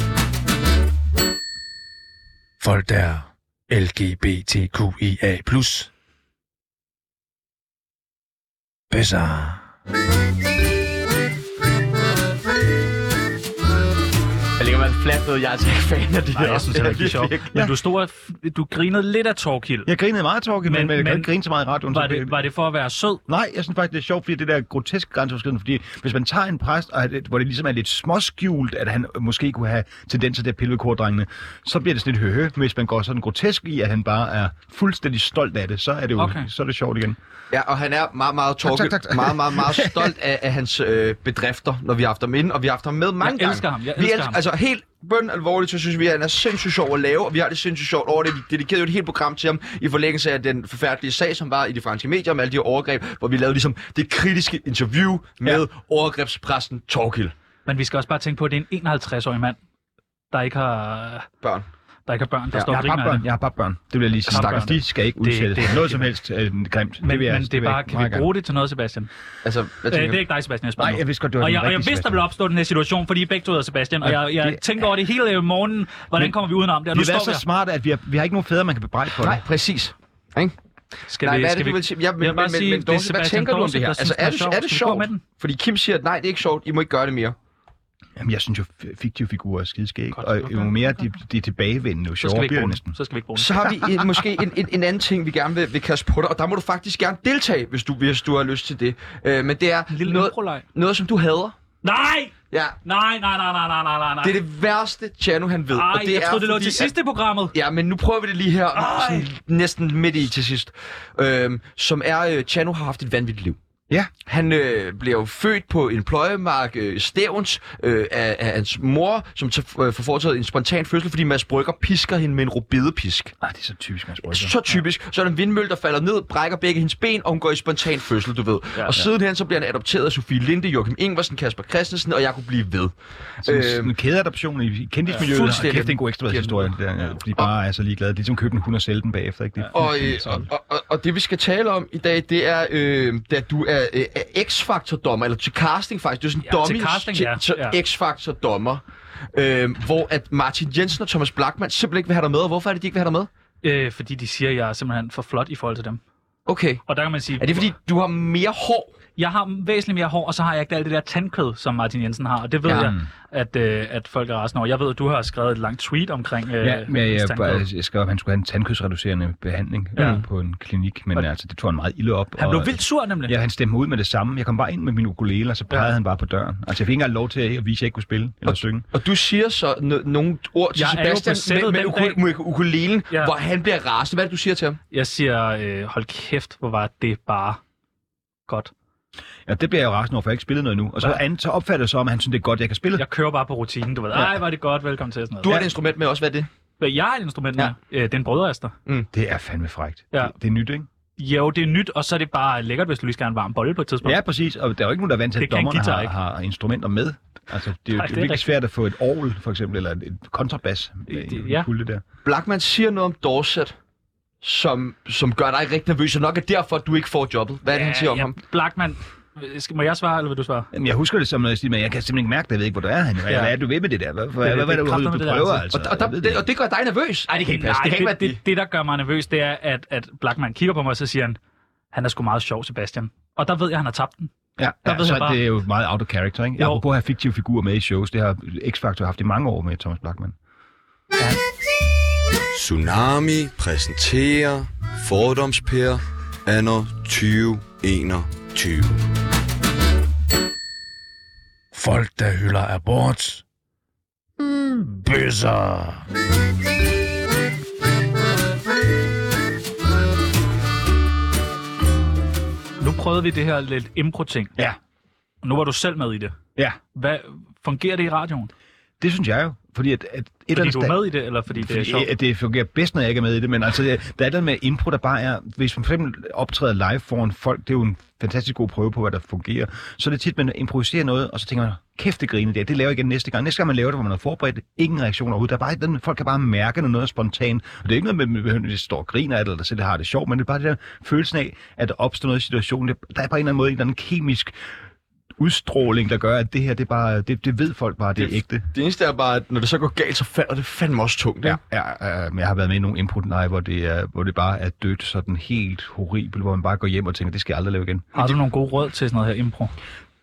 Folk, der er L G B T Q I A plus. Bøsser. ligger man fladt ned. Jeg er altså ikke fan af det Nej, her. jeg synes heller ikke, det er sjovt. virkelig- Men du, stod, du grinede lidt af Torkild. Jeg grinede meget, Torkild, men, Men- men jeg kan men- ikke grine så meget i radioen. Var så det, var det for at være sød? Nej, jeg synes faktisk, det er sjovt, fordi det der grotesk grænseoverskridende, fordi hvis man tager en præst, og det, hvor det ligesom er lidt småskjult, at han måske kunne have tendenser til at pille ved kordrengene, så bliver det sådan lidt høhø. Men hvis man går sådan grotesk i, at han bare er fuldstændig stolt af det, så er det jo Okay. så er det sjovt igen. Ja, og han er meget, meget, Torkild, tak, tak. meget, meget, meget stolt af, af hans øh, bedrifter, når vi har haft ham inde, og vi har haft ham med mange Jeg gange. elsker ham, jeg vi elsker ham. Altså helt bøn alvorligt, så synes vi, at han er sindssygt sjov at lave, og vi har det sindssygt sjovt over det. Vi dedikerede jo et helt program til ham i forlængelse af den forfærdelige sag, som var i de franske medier med alle de her overgreb, hvor vi lavede ligesom det kritiske interview med ja. overgrebspræsten Torkild. Men vi skal også bare tænke på, at det er en enoghalvtreds-årig mand, der ikke har, Børn. der ikke har børn, der Ja, står Jeg og har griner af papbørn, det. jeg har papbørn. Det vil jeg lige sige. Papbørn. Stakkels, de skal ikke Det- udsættes det- for noget som helst øh, grimt. Men, vil jeg- men det er vil bare, jeg kan meget vi bruge det til noget, Sebastian? Altså, hvad Øh, tænker det er ikke dig, Sebastian, jeg spørger Nej, nu. jeg vidste godt, det var Og den jeg, og jeg rigtige vidste, der ville opstå den her situation, fordi I begge to hedder Sebastian, og Ja, jeg, jeg det- tænker over det hele øh, morgenen. Hvordan Men kommer vi udenom det? Og Vi nu har står været vi så her. smarte, at vi har, vi har ikke nogen fædre, man kan bebrejde for Nej, det. præcis. Ikke? Skal Nej, vi, hvad er skal det, du vi, vil sige? Ja, men, jeg vil bare men, sige, men, men det er Dorse, hvad Sebastian tænker du om Dorse, det her? der Altså, synes, er den det, er sjov. er det Skal vi gå sjovt? med den? Fordi Kim siger, at nej, det er ikke sjovt, I må ikke gøre det mere. Jamen, jeg synes jo, f- fiktive figurer er skideskæg, Godt, og okay, jo mere okay. de, de er tilbagevendende, jo Så skal vi sjovere ikke bliver bruge det den. næsten. Så skal vi ikke bruge den. Så har vi en, måske en, en, en anden ting, vi gerne vil, vil kaste på dig, og der må du faktisk gerne deltage, hvis du, hvis du har lyst til det. Øh, men det er En lille noget, improleg. noget, som du hader. Nej! Ja, Nej, nej, nej, nej, nej, nej, nej, nej. det er det værste, Tjano han ved. Ej, og det jeg er troede, det lå fordi, til sidst i programmet. At, ja, men nu prøver vi det lige her, Ej. sådan, næsten midt i til sidst. Øhm, som er, øh, Tjano har haft et vanvittigt liv. Ja. Han øh, bliver jo født på en pløjemark, øh, Stævns, øh, af, af hans mor, som t- øh, får foretaget en spontan fødsel, fordi Mads Brygger pisker hende med en rubedepisk. Ah, det er så typisk, man sprøjter. Så typisk. Så er der en vindmølle, der falder ned, brækker begge hendes ben, og hun går i spontan fødsel, du ved. Ja, og sidenhen så bliver han adopteret af Sofie Linde, Joachim Ingvarsen, Kasper Christensen, og jeg kunne blive ved. Sådan Øhm, en kædeadoption i kendismiljøet, og fuldstændig. kæft, det er en god ekstrabladshistorie, det der, fordi bare er så ligeglade. Det er som købe en hund og sælge den bagefter, ikke? Det er Og, øh, fuldstændig og, og, og det vi skal tale om i dag, det er, øh, det er at du er, øh, er X-Factor-dommer, eller til casting faktisk. Det er sådan Ja, til dummies casting, til, ja. til Ja. X-Factor-dommer. Øh, hvor at Martin Jensen og Thomas Blachman simpelthen ikke vil have dig med. Og hvorfor er det, de ikke vil have dig med? Øh, fordi de siger, at jeg er simpelthen for flot i forhold til dem. Okay. Og der kan man sige... Er det fordi, du har mere hår? Jeg har væsentligt mere hår, og så har jeg ikke alt det der tandkød, som Martin Jensen har. Og det ved Ja. ja. jeg, at, øh, at folk er rasende over. Jeg ved, at du har skrevet et langt tweet omkring øh, Ja, men jeg, tandkød. jeg, jeg skrev, at han skulle have en tandkødsreducerende behandling Ja. ja. på en klinik, men Og- altså, det tog han meget ilde op. Han blev og- vildt sur, nemlig. Ja, han stemte mig ud med det samme. Jeg kom bare ind med min ukulele, og så pegede Ja. ja. han bare på døren. Altså, jeg fik ikke engang lov til at vise, at jeg ikke kunne spille eller synge. Og du siger så no- nogle ord til Jeg er jo på Sebastian sættet med, med, den ukul- med ukulelen, Ja. hvor han bliver rasende. Hvad er det, du siger til ham? Jeg siger, øh, hold kæft, hvor var det bare godt. Ja, det bliver jeg jo rasende over, for jeg har ikke spillet noget nu. Og så, Ja. an, så opfatter jeg så, om han synes, det er godt, jeg kan spille. Jeg kører bare på rutinen, du ved. Ej, var det godt, velkommen til. Sådan noget. Du har et instrument med også, hvad er det? Jeg har et instrument med. Ja. Øh, det er en brødrester. Det er fandme frækt. Ja. Det, det er nyt, ikke? Jo, det er nyt, og så er det bare lækkert, hvis du lige skal have en varm bolle på et tidspunkt. Ja, præcis. Og der er jo ikke nogen, der er vant til, Det at kan en dommerne guitar har, ikke. har instrumenter med. Altså, det er jo Nej, det det er er virkelig rigtigt. svært at få et orgel, for eksempel, eller et kontrabas. Det- Det, ja. det der. Blachman siger noget om Dorset, som, som gør dig rigtig nervøs, og nok er derfor, at du ikke får jobbet. Hvad er det, han siger om ja, ham? Blackman. Skal- Må jeg svare, eller vil du svare? Jamen, jeg husker det som noget, men jeg kan simpelthen ikke mærke det. Jeg ved ikke, hvor du er henne. Hvad, Ja. hvad er du ved med det der? Hvad, hvad, det- hvad, hvad det er det, kræfter du, med du det der, prøver, altså. altså? Og, og, Jeg der, ved det, ikke. og det gør dig nervøs. Nej, det kan ikke passe. Nej, Det kan ikke være det, det, det, der gør mig nervøs, det er, at, at Blackman kigger på mig, og så siger han, han er sgu meget sjov, Sebastian. Og der ved jeg, at han har tabt den. Ja, Der ja ved så jeg bare- det er jo meget out of character, ikke? Jeg Jo. har prøvet at have fiktive figurer med i shows. Det har X-Factor haft i mange år med Thomas Blachman. Tsunami præsenterer Fordomsper anno tyve enogtyve. Folk, der hylder abort. Mm, bøsser. Nu prøvede vi det her lidt impro-ting. Ja. Nu var du selv med i det. Ja, Hvad fungerer det i radioen? det synes jeg jo. Fordi at, at et Fordi eller du andet er med i det, eller fordi det er Fordi, sjovt? at det fungerer bedst, når jeg ikke er med i det, men altså, det- der er det med impro, der bare er, hvis man for eksempel optræder live foran folk, det er jo en fantastisk god prøve på, hvad der fungerer, så er det tit, man improviserer noget, og så tænker man, kæft det griner det, det laver jeg igen næste gang. Næste gang man laver det, hvor man har forberedt, ingen reaktion overhovedet. Der er bare ikke den, folk kan bare mærke, når noget er spontant. Og det er ikke noget med, at det står og griner af det, eller der selv har det sjovt, men det er bare det der følelsen af, at der opstår noget i situationen. Det- Der er bare en eller anden måde, en eller anden kemisk udstråling, der gør, at det her, det er bare, det, det ved folk bare, det er Det- ægte. Det eneste er bare, at når det så går galt, så falder det fandme også tungt. Ja, ikke? ja øh, men jeg har været med i nogle input live, hvor det, er, hvor det bare er dødt sådan helt horribelt, hvor man bare går hjem og tænker, det skal jeg aldrig lave igen. Har du nogle gode råd til sådan noget her impro?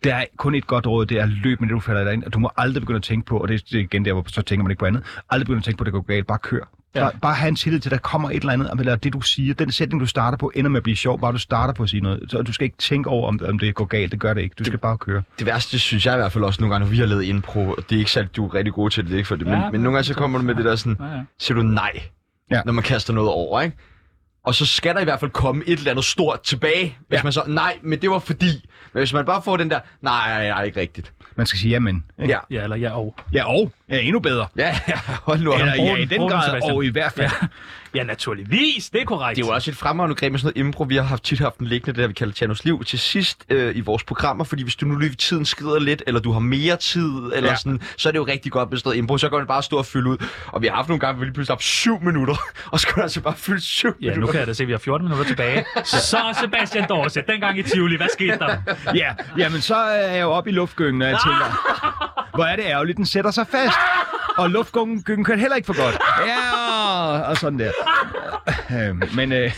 Der er kun et godt råd, det er løb med det, du falder dig ind, og du må aldrig begynde at tænke på, og det er igen der, hvor så tænker man ikke på andet, aldrig begynde at tænke på, at det går galt, bare kør. Ja. Bare, bare have en tillid til, at der kommer et eller andet, eller det du siger, den sætning du starter på, ender med at blive sjov, bare du starter på at sige noget. Så du skal ikke tænke over, om, om det går galt, det gør det ikke. Du skal det, bare køre. Det værste, synes jeg i hvert fald også nogle gange, når vi har lavet impro, og det er ikke særlig, du er rigtig god til det, det er ikke for det, men, ja, men nogle gange så kommer du med det der sådan, ja, ja. siger du nej, ja. når man kaster noget over, ikke? Og så skal der i hvert fald komme et eller andet stort tilbage, hvis ja. man så, nej, men det var fordi. Men hvis man bare får den der, nej, nej, ikke rigtigt. Man skal sige ja, men. Ja. ja, eller ja, og. Ja, og. Ja, endnu bedre. Ja, ja, hold nu op. Eller ja, i den Oden, grad, Sebastian. og i hvert fald. Ja. ja, naturligvis, det er korrekt. Det er jo også et fremragende greb med sådan noget impro. Vi har haft tit haft en liggende, der vi kalder Tjanos Liv, til sidst øh, i vores programmer, fordi hvis du nu lige tiden skrider lidt, eller du har mere tid, eller ja. sådan, så er det jo rigtig godt med sådan noget impro, så kan man bare stå og fylde ud. Og vi har haft nogle gange, hvor vi lige pludselig har haft syv minutter, og så kan altså bare fylde syv ja, minutter. Ja, nu kan jeg da se, at vi har fjorten minutter tilbage. Så Sebastian Dorset, dengang i Tivoli, hvad skete der? Ja, jamen så er jeg jo oppe i luftgyngen, og jeg tænker, hvor er det ærgerligt, den sætter sig fast. Og luftgyngen kørte heller ikke for godt. Ja, og sådan der. Men øh,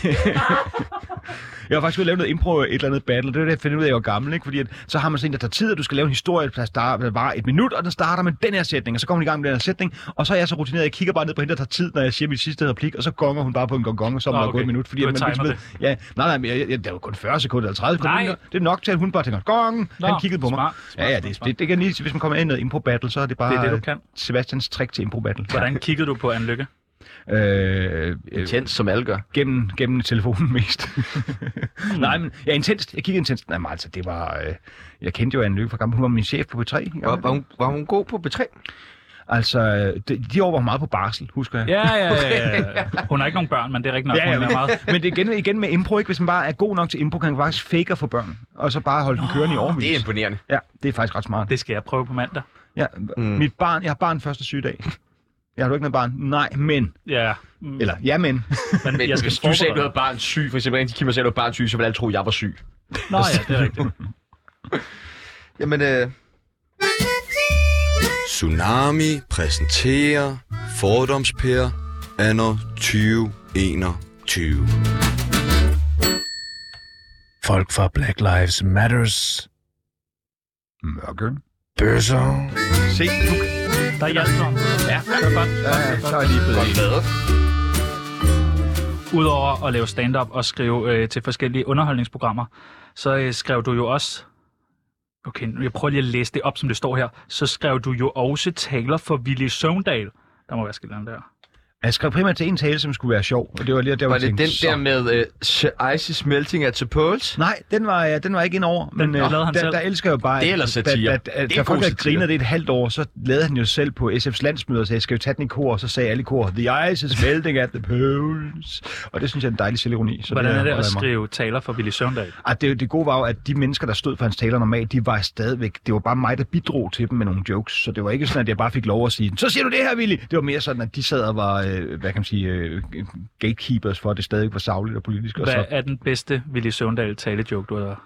jeg har faktisk ude at lave noget impro, et eller andet battle. Det er det, jeg finder ud af, at jeg var gammel, ikke? Fordi at, så har man sådan en, der tager tid, og du skal lave en historie, der starter bare et minut, og den starter med den her sætning, og så kommer man i gang med den her sætning, og så er jeg så rutineret, jeg kigger bare ned på hende, der tager tid, når jeg siger mit sidste replik, og så gonger hun bare på en gong, og så er man oh, okay. gået et minut. Fordi du at man timer det. Ja, nej, nej, men jeg, jeg, det er jo kun fyrre sekunder eller tredive sekunder. Det er nok til, at hun bare tænker, gong, Nå, han kiggede på mig. Smart, smart, ja, ja, det, det, det kan lige, hvis man kommer ind i noget impro battle, så er det bare det er det, du kan. Sebastians trick til impro battle. Hvordan kiggede du på Anne Lykke? Øh, intens, som alle gør. Gennem, gennem telefonen mest. Nej, men ja, intenst. Jeg kiggede intenst. Nej, men altså, det var... Øh, jeg kendte jo Anne Lykke fra gammel. Hun var min chef på B tre. Var, var, hun, var hun god på B tre? Altså, de, de år var meget på barsel, husker jeg. Ja, ja, ja, ja. Hun har ikke nogen børn, men det er rigtig nok, ja, ja, hun er meget. Men det er igen, igen med impro, ikke? Hvis man bare er god nok til impro, kan man faktisk fake få børn. Og så bare holde den kørende i årevis. Det er imponerende. Ja, det er faktisk ret smart. Det skal jeg prøve på mandag. Ja, mm. mit barn, jeg har barn første sygedag. Jeg har du ikke noget barn? Nej, men. Ja. Mm. Eller, ja, men. men, men hvis du sagde, du havde barn syg, for eksempel, en Kim sagde, du havde barn syg, så ville alle tro, at jeg var syg. Nå ja, det er rigtigt. Jamen, øh... Tsunami præsenterer Fordomspær anno tyve enogtyve. Folk fra Black Lives Matters. Mørke. Bøsser. Se, du... Der er hjælp om. Ja, så er godt. Ja, så er jeg lige blevet glad. Udover at lave stand-up og skrive øh, til forskellige underholdningsprogrammer, så øh, skrev du jo også... Okay, jeg prøver lige at læse det op, som det står her. Så skrev du jo også taler for Villy Søvndal. Der må være skilt der. Jeg skrev primært til en tale, som skulle være sjov, og det var lige der, var var det tænkte, den så... der med uh, Ice is melting at the poles? Nej, den var, ja, den var ikke ind over, men den, uh, der, der elsker jeg jo bare... Det er ellers satire. Da, da, da, da folk der griner det et halvt år, så lavede han jo selv på S F's landsmøde og sagde, jeg skal jo tage den i kor, og så sagde alle i kor, The ice is melting at the poles. Og det synes jeg er en dejlig selvironi. Så hvordan det er det at skrive taler for Villy Søvndal? Ah, det, det gode var jo, at de mennesker, der stod for hans taler normalt, de var stadigvæk... Det var bare mig, der bidrog til dem med nogle jokes, så det var ikke sådan, at jeg bare fik lov at sige, så siger du det her, Villy! Det var mere sådan, at de sad og var, øh, hvad kan man sige... Øh, gatekeepers for, at det stadig var sagligt og politisk. Hvad og så... er den bedste Villy Søvndal talejoke, du har?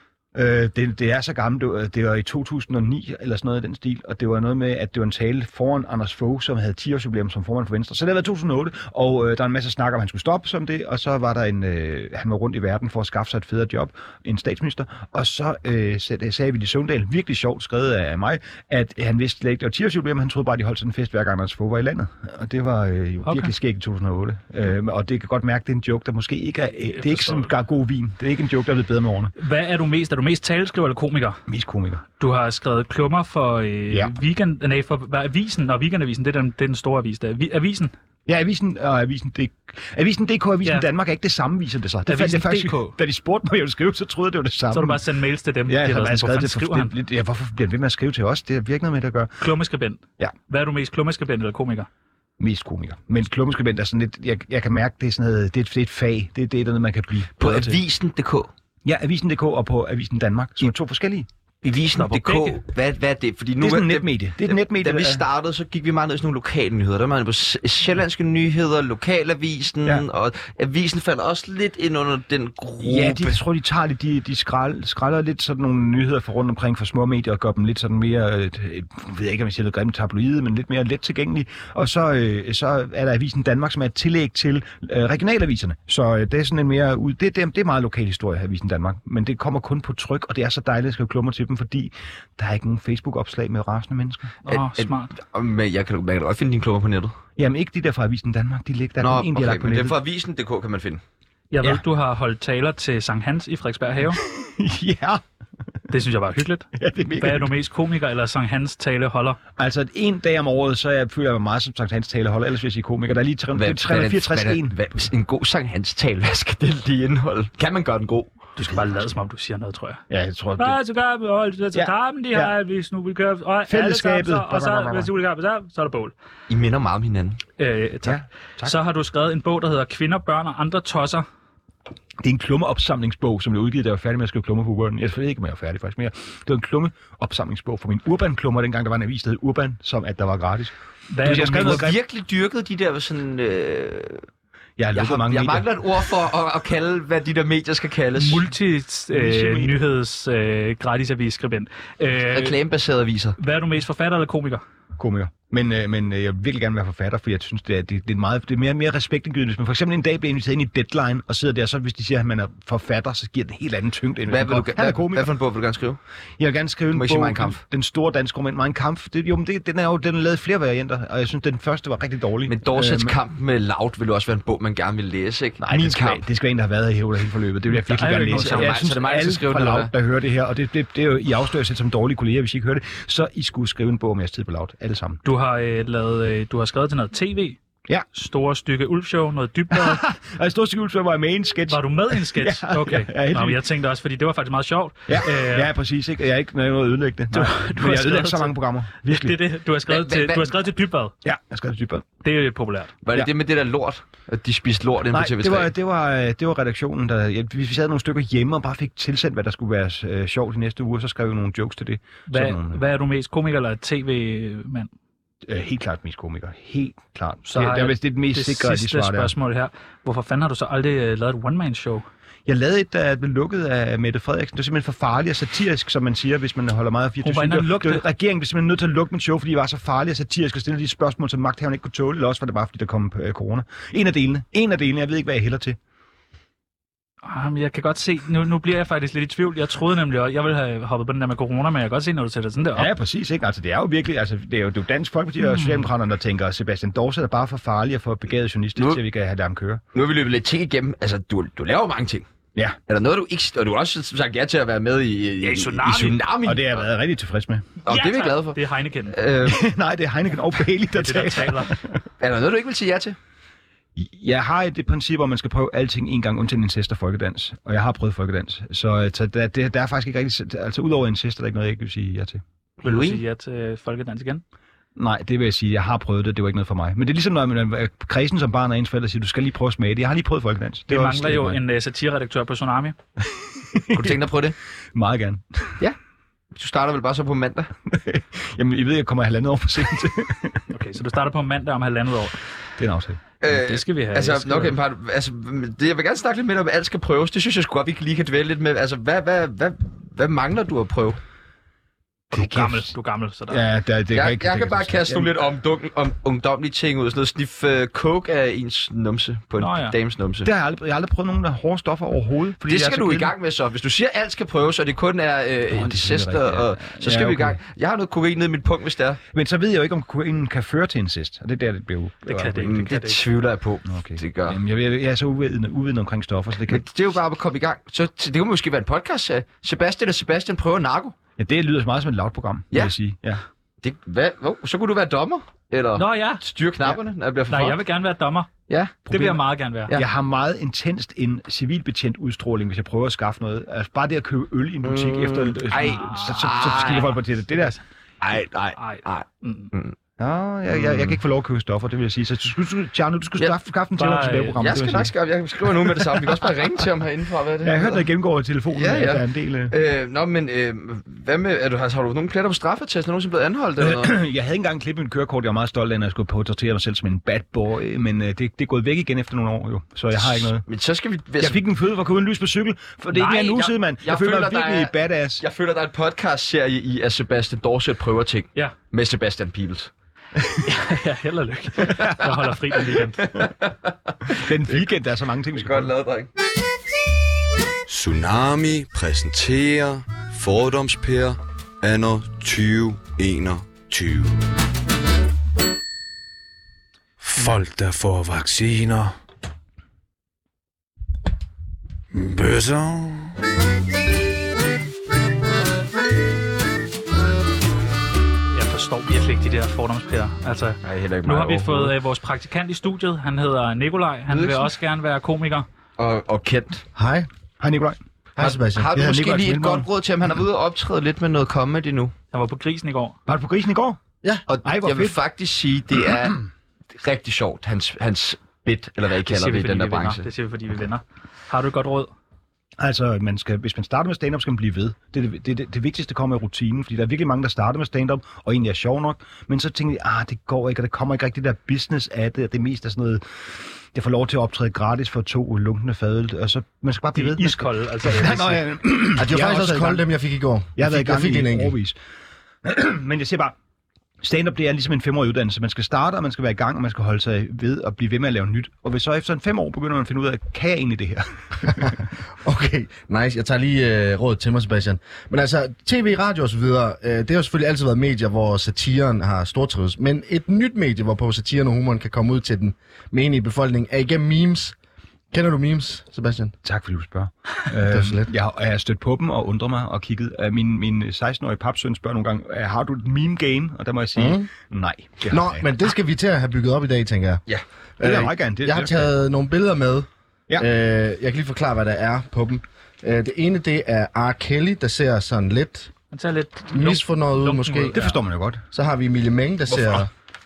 Øh, det, det er så gammelt. Det var, det var i to tusind og ni eller sådan noget i den stil, og det var noget med, at det var en tale foran Anders Fogh, som havde ti års jubilæum som formand for Venstre. Så det var to tusind og otte, og øh, der var en masse snak om, at han skulle stoppe som det, og så var der en, øh, han var rundt i verden for at skaffe sig et federe job, en statsminister, og så øh, sagde Villy Søvndal, virkelig sjovt skrevet af mig, at han vidste slet ikke, det var ti års jubilæum, han troede bare, de holdt sådan en fest, hver gang Anders Fogh var i landet. Og det var øh, jo okay. virkelig skægt i to tusind og otte. Øh, og det kan godt mærke, det er en joke, der måske ikke er, øh, det er ikke sådan en god vin. Det er ikke en joke, der er blevet bedre med årene. Hvad er du mest? Er du mest taleskriver eller komiker? Mest komiker. Du har skrevet klummer for, øh, ja. weekend, nej, for hvad, Avisen og Weekendavisen, det er den, det er den store avis der. Avisen? Ja, Avisen og Avisen D K. Avisen D K og Avisen ja. Danmark er ikke det samme, viser det så. Det Avisen faktisk, D K. Da de spurgte mig, jeg ville skrive, så troede jeg, det var det samme. Så har du bare sendt mails til dem. Ja, jeg har skrevet det for, det, ja, hvorfor bliver han ved med at skrive til os? Det er virkelig noget med det at gøre. Klummeskribent. Ja. Hvad er du mest, klummeskribent eller komiker? Mest komiker. Men klummeskribent er sådan lidt, jeg, jeg kan mærke, det er sådan noget, det er, det er et fag. Det, det er noget, man kan blive. På Avisen punktum d k? Ja, Avisen punktum d k og på Avisen Danmark, som er to forskellige. Avisen punktum d k, hvad, hvad er det? Fordi nu, det er sådan et netmedie. Det er et netmedie. Da vi startede, så gik vi meget ned i sådan nogle lokale nyheder. Der var man på sjællandske nyheder, lokalavisen, ja. Og avisen falder også lidt ind under den gruppe. Ja, de, jeg tror, de tager lidt, de, de skrald, skralder lidt sådan nogle nyheder for rundt omkring for små medier og gør dem lidt sådan mere, jeg ved ikke, om jeg siger noget grimt tabloide, men lidt mere let tilgængelige. Og så, øh, så er der Avisen Danmark, som er et tillæg til øh, regionalaviserne. Så øh, det er sådan en mere ud, det, det, det er meget lokal historie, Avisen Danmark. Men det kommer kun på tryk, og det er så dejligt at skrive klummer til dem. dem, fordi der er ikke nogen Facebook-opslag med rasende mennesker. Åh, oh, smart. Men jeg kan, man kan godt finde dine klummer på nettet. Jamen ikke de der fra Avisen Danmark, de ligger der. Nå, er en, de okay, har lagt på men det er nettet. fra avisen punktum d k kan man finde. Jeg ved, Ja. du har holdt taler til Sankt Hans i Frederiksberg Have. Ja. Det synes jeg var hyggeligt. Ja, det er mega. Hvad er du mest komiker eller Sankt Hans taleholder? Altså en dag om året, så jeg føler jeg mig meget som Sankt Hans taleholder, ellers vil jeg sige komiker. Der er lige tre hundrede fireogtres en. Hvad, hvad, en god Sankt Hans tale, hvad skal det lige indeholde? Kan man gøre den god? Du skal bare lade som om, du siger noget, tror jeg. Ja, jeg tror, det... Ja, så gør vi holde til Ja. kampen, de Ja. har, hvis nu vi kører, og Fællesskabet. alle sammen, så, og så, hvis du vil gøre, så, så er der bål. I minder meget om hinanden. Øh, tak. Ja, tak. Så har du skrevet en bog, der hedder Kvinder, Børn og Andre Tosser. Det er en klummeopsamlingsbog, som blev udgivet, da jeg var færdig med at skrive klummer på Urban. Jeg ved ikke, om jeg var færdig faktisk mere. Det var en klummeopsamlingsbog for min Urban-klummer, dengang der var en avis, der hed Urban, som at der var gratis. Hvad Du er siger, du skrev Du noget har grimt. virkelig dyrket de der sådan... Øh... Jeg har Jeg, lukket har, mange jeg medier. mangler et ord for at, at kalde, hvad de der medier skal kaldes. multi-nyheds øh, gratisavis-skribent. Øh, Reklamebaserede aviser. hvad er du mest, forfatter eller komiker? Komiker. Men, øh, men øh, jeg vil virkelig gerne være forfatter, for jeg synes, det er, det, det er, meget, det er mere, mere respektindgydende. Hvis man for eksempel en dag bliver inviteret ind i Deadline, og sidder der, så hvis de siger, at man er forfatter, så giver det en helt anden tyngde. End Hvad, hvis vil man du, går, "Han er hvad, komiker." hvad for en bog vil du gerne skrive? Jeg vil gerne skrive Du må en ikke sige bog, Mein Kampf. den store danske roman Mein Kampf. Det, jo, men det, den er jo den er lavet i flere varianter, og jeg synes, den første var rigtig dårlig. Men Dorsets Øh, kamp med Loud vil jo også være en bog, man gerne vil læse, ikke? Nej, det skal, være, det skal være en, der har været her i hele forløbet. Det vil jeg Der virkelig er jo gerne ikke læse. nogen, så Jeg er det mig- synes, så er det mig, der skal alle skrive fra det, eller Loud, der hører det her, og det, det, det er jo, I afslører sig som dårlige kolleger, hvis I ikke hører det, så I skulle skrive en bog om jeres tid på Loud, alle sammen. Du har, øh, lavet, øh, du har skrevet til noget tv. Ja. Store stykke Ulf-show, noget dybere. Og i stor skjul, så var jeg med i en sketch. Var du med i en sketch? Ja, Okay. ja, ja, helt Nå, men vildt. jeg tænkte også, fordi det var faktisk meget sjovt. Ja, Øh, ja, præcis. Ikke? Jeg er ikke noget ødelæggende. Du- Nej. du har Men jeg har skrevet ødelagt så til- mange programmer. Det Virkelig. er det, du har skrevet, Hva- til, hva- du har skrevet til Dybvad. Ja, jeg har skrevet til dybere. Det er jo populært. Var det Ja. det med det der lort? At de spiste lort inde Nej, på T V tre? det var, det, var, det var redaktionen, der... Ja, vi, vi sad nogle stykker hjemme og bare fik tilsendt, hvad der skulle være øh, sjovt i næste uge, og så skrev vi nogle jokes til det. Hvad, Sådan nogle, hvad er du mest, komiker eller tv-mand? øh, helt klart mest komiker. Helt klart. Så Så det, har det er jeg vist det mest Det sikre af de sidste svar der. spørgsmål her. Hvorfor fanden har du så aldrig øh, lavet et one-man-show? Jeg lavede et, der blev lukket af Mette Frederiksen. Det er simpelthen for farligt og satirisk, som man siger, hvis man holder meget af fireogtyve Hun var inde og lukke det. Regeringen blev simpelthen nødt til at lukke mit show, fordi jeg var så farlig og satirisk og stille de spørgsmål, som magthaverne ikke kunne tåle, eller også var det bare, fordi der kom øh, corona. En af delene. En af delene. Jeg ved ikke, hvad jeg hælder til. Ah, men jeg kan godt se, nu, nu bliver jeg faktisk lidt i tvivl. Jeg troede nemlig, at jeg ville have hoppet på den der med corona, men jeg kan godt se, når du sætter sådan der op. Ja, præcis. Ikke? Altså, det er jo virkelig, altså, det er jo, det er jo Dansk Folkeparti og Socialdemokraterne, der tænker, Sebastian Dorset er bare for farlig og for begavet journalist, Nu- til at vi kan have dem køre. Nu har vi løbet lidt ting igennem. Altså, du, du laver mange ting. Ja, Er der noget, du ikke... Og du har også sagt ja til at være med i, i, Ja, i Tsunami. i Tsunami. og det har jeg været rigtig tilfreds med. Og det er vi tak. glade for. Det er Heineken. Øh, Nej, det er Heineken og Bailey, der Det er det, der taler. taler. er der noget, du ikke vil sige ja til? Jeg har et det princip, hvor man skal prøve alting en gang, undtagen incest og folkedans. Og jeg har prøvet folkedans. Så, så der, det, der er faktisk ikke rigtig... Altså, udover incest, er der ikke noget, jeg ikke vil sige ja til. Vil du Louis? sige ja til folkedans igen? Nej, det vil jeg sige. Jeg har prøvet det. Det var ikke noget for mig. Men det er ligesom, når man kredsen som barn og ens forældre siger, du skal lige prøve at smage det. Jeg har lige prøvet folkedans. Vi var mangler slet jo ikke mig. en uh, satireredaktør på Tsunami. Kunne du tænke dig at prøve det? Meget gerne. Du starter vel bare så på mandag? Jamen, I ved, jeg kommer halvandet år for sent. Okay, så du starter på mandag om halvandet år. Det er en aftale. Øh, det skal vi have. Altså, Jeg skal- okay, bare, altså, det, jeg vil gerne snakke lidt mere om, at alt skal prøves. Det synes jeg sgu godt, vi lige kan dvæle lidt med. Altså, hvad, hvad, hvad, hvad mangler du at prøve? Du er gammel, du er gammel, så der... Ja, der, det Jeg, kan jeg, ikke, jeg det kan bare kaste nogle lidt om, dunk, om ungdomlige ting ud. Sådan noget snif uh, coke af ens numse på en Nå, ja. dames numse. Det har jeg aldrig, jeg har aldrig prøvet nogen der hårde stoffer overhovedet. Fordi Det jeg er skal så du i kedelig. gang med så. Hvis du siger, at alt skal prøves, og det kun er øh, er incest, selvfølgelig rigtigt, ja. og, så skal Ja, vi i okay. gang. Jeg har noget kokain nede i mit punkt, hvis det er. Men så ved jeg jo ikke, om kokainen kan føre til incest. Og det er der, det bliver jo... Det kan det ikke. Mm, Det kan det det ikke. tvivler jeg på. Okay. Det gør. Jamen, jeg, jeg, jeg er så uvidende, uvidende omkring stoffer, så det kan... Men det er jo bare at komme i gang. Så det kunne måske være en podcast. uh, Sebastian og Sebastian prøver narko. Ja, det lyder så meget som et lavt program, vil Ja. jeg sige. Ja. Det, hvad? Oh, så kunne du være dommer? Eller Nå ja. styre knapperne, når jeg bliver for Nej, fucked? jeg vil gerne være dommer. Ja. Det vil jeg meget gerne være. Ja. Jeg har meget intenst en civilbetjent udstråling, hvis jeg prøver at skaffe noget. Altså bare det at købe øl i en butik Mm, efter... ej. så, så, så skiller folk på til det. Det der... Ej, nej, Ej. nej. Mm. Nå, jeg, jeg, jeg kan ikke få lov at købe stoffer, det vil jeg sige. Så du, du, Tjerno, du skulle Ja. skaffe, skaffe en til Bare, mig til det program. Jeg det skal vil nok sige. skaffe, jeg skriver nu med det samme. Vi kan også bare ringe til ham herindefra, hvad er det? Ja, jeg har hørt dig gennemgå i telefonen, Ja, at ja. der er en del... Øh... Øh, nå, men øh, hvad med, er du, har, har du nogen pletter på straffetest? Er du nogensinde blevet anholdt eller noget? Jeg havde ikke engang klippet mit kørekort. Jeg var meget stolt af, når jeg skulle portrættere mig selv som en bad boy, men øh, det, det er gået væk igen efter nogle år jo, så jeg har ikke noget. Men så skal vi... Jeg fik en føde for at komme uden lys på cykel, for det er Nej, ikke mere en uge jeg- siden, mand. Jeg, jeg jeg føler føler, mig der virkelig er- badass. Jeg føler, der er en podcast-serie i, at Sebastian Dorset prøver ting Ja. med Sebastian Peebles. Ja, held og lykke. Jeg holder fri den weekend. Den weekend, der er så mange ting, vi skal Godt prøve. lavet, dreng. Tsunami præsenterer Fordomspær anno tyve enogtyve. Folk, der får vacciner. Bøsser. Jeg forstår virkelig ikke de der fordomspærer. Altså, Nej, heller ikke nu mig har vi fået overhovedet. øh, vores praktikant i studiet. Han hedder Nikolaj. Han vil Nielsen. også gerne være komiker. Og, og kendt. Hej. Hej Nikolaj. Hej Sebastian. Har du Jeg hedder måske Nikolaj lige et Smeltborg. godt råd til ham? Han er ude og optræde lidt med noget comedy nu. Han var på Grisen i går. Var du på Grisen i går? Ja. Og Ej, hvor jeg vil fedt. faktisk sige, det er rigtig sjovt, hans, hans bit, eller hvad I Det kalder siger det, vi, i fordi den der vi vinder. branche. Det siger vi, fordi vi vinder. Har du et godt råd? Altså, man skal, hvis man starter med stand-up, skal man blive ved. Det, det, det, det, det vigtigste kommer i rutinen, fordi der er virkelig mange, der starter med stand-up, og egentlig er sjov nok, men så tænker de, ah, det går ikke, og det kommer ikke rigtig det der business af det, og det mest er sådan noget, det får lov til at optræde gratis for to lunkende fadøl, og så man skal bare blive ved. De er iskolde, altså. Nej, nå, ja. Ah, de var Jeg har faktisk også også været i kolde, gang. dem jeg fik i går. Jeg har været i fik, gang fik en i enkelt. overvis. Men jeg siger bare, stand-up, det er ligesom en femårig uddannelse. Man skal starte, og man skal være i gang, og man skal holde sig ved og blive ved med at lave nyt. Og hvis så efter en fem år begynder man at finde ud af, kan jeg egentlig det her? Okay, nice. Jeg tager lige øh, råd til mig, Sebastian. Men altså, tv, radio og så videre, øh, det har jo selvfølgelig altid været medier, hvor satiren har stortrives. Men et nyt medie, hvorpå satiren og humoren kan komme ud til den menige befolkning, er igennem memes. Kender du memes, Sebastian? Tak fordi du spørger. var så let. Jeg har, jeg har stødt på dem og undret mig og kigget. Uh, min, min seksten-årige papsøn spørger nogle gange, uh, har du et meme game? Og der må jeg sige, Mm. nej. Det Nå, har jeg ikke. men det skal vi til at have bygget op i dag, tænker jeg. Ja. Det vil jeg Øh, meget gerne. Det, Jeg har det- taget nogle billeder med. Ja. Øh, jeg kan lige forklare, hvad der er på dem. Øh, det ene, det er R. Kelly, der ser sådan lidt Han tager lidt misfornøjet ud, lunken måske. ud. Det forstår man jo godt. Så har vi Emilie Meng, der ser,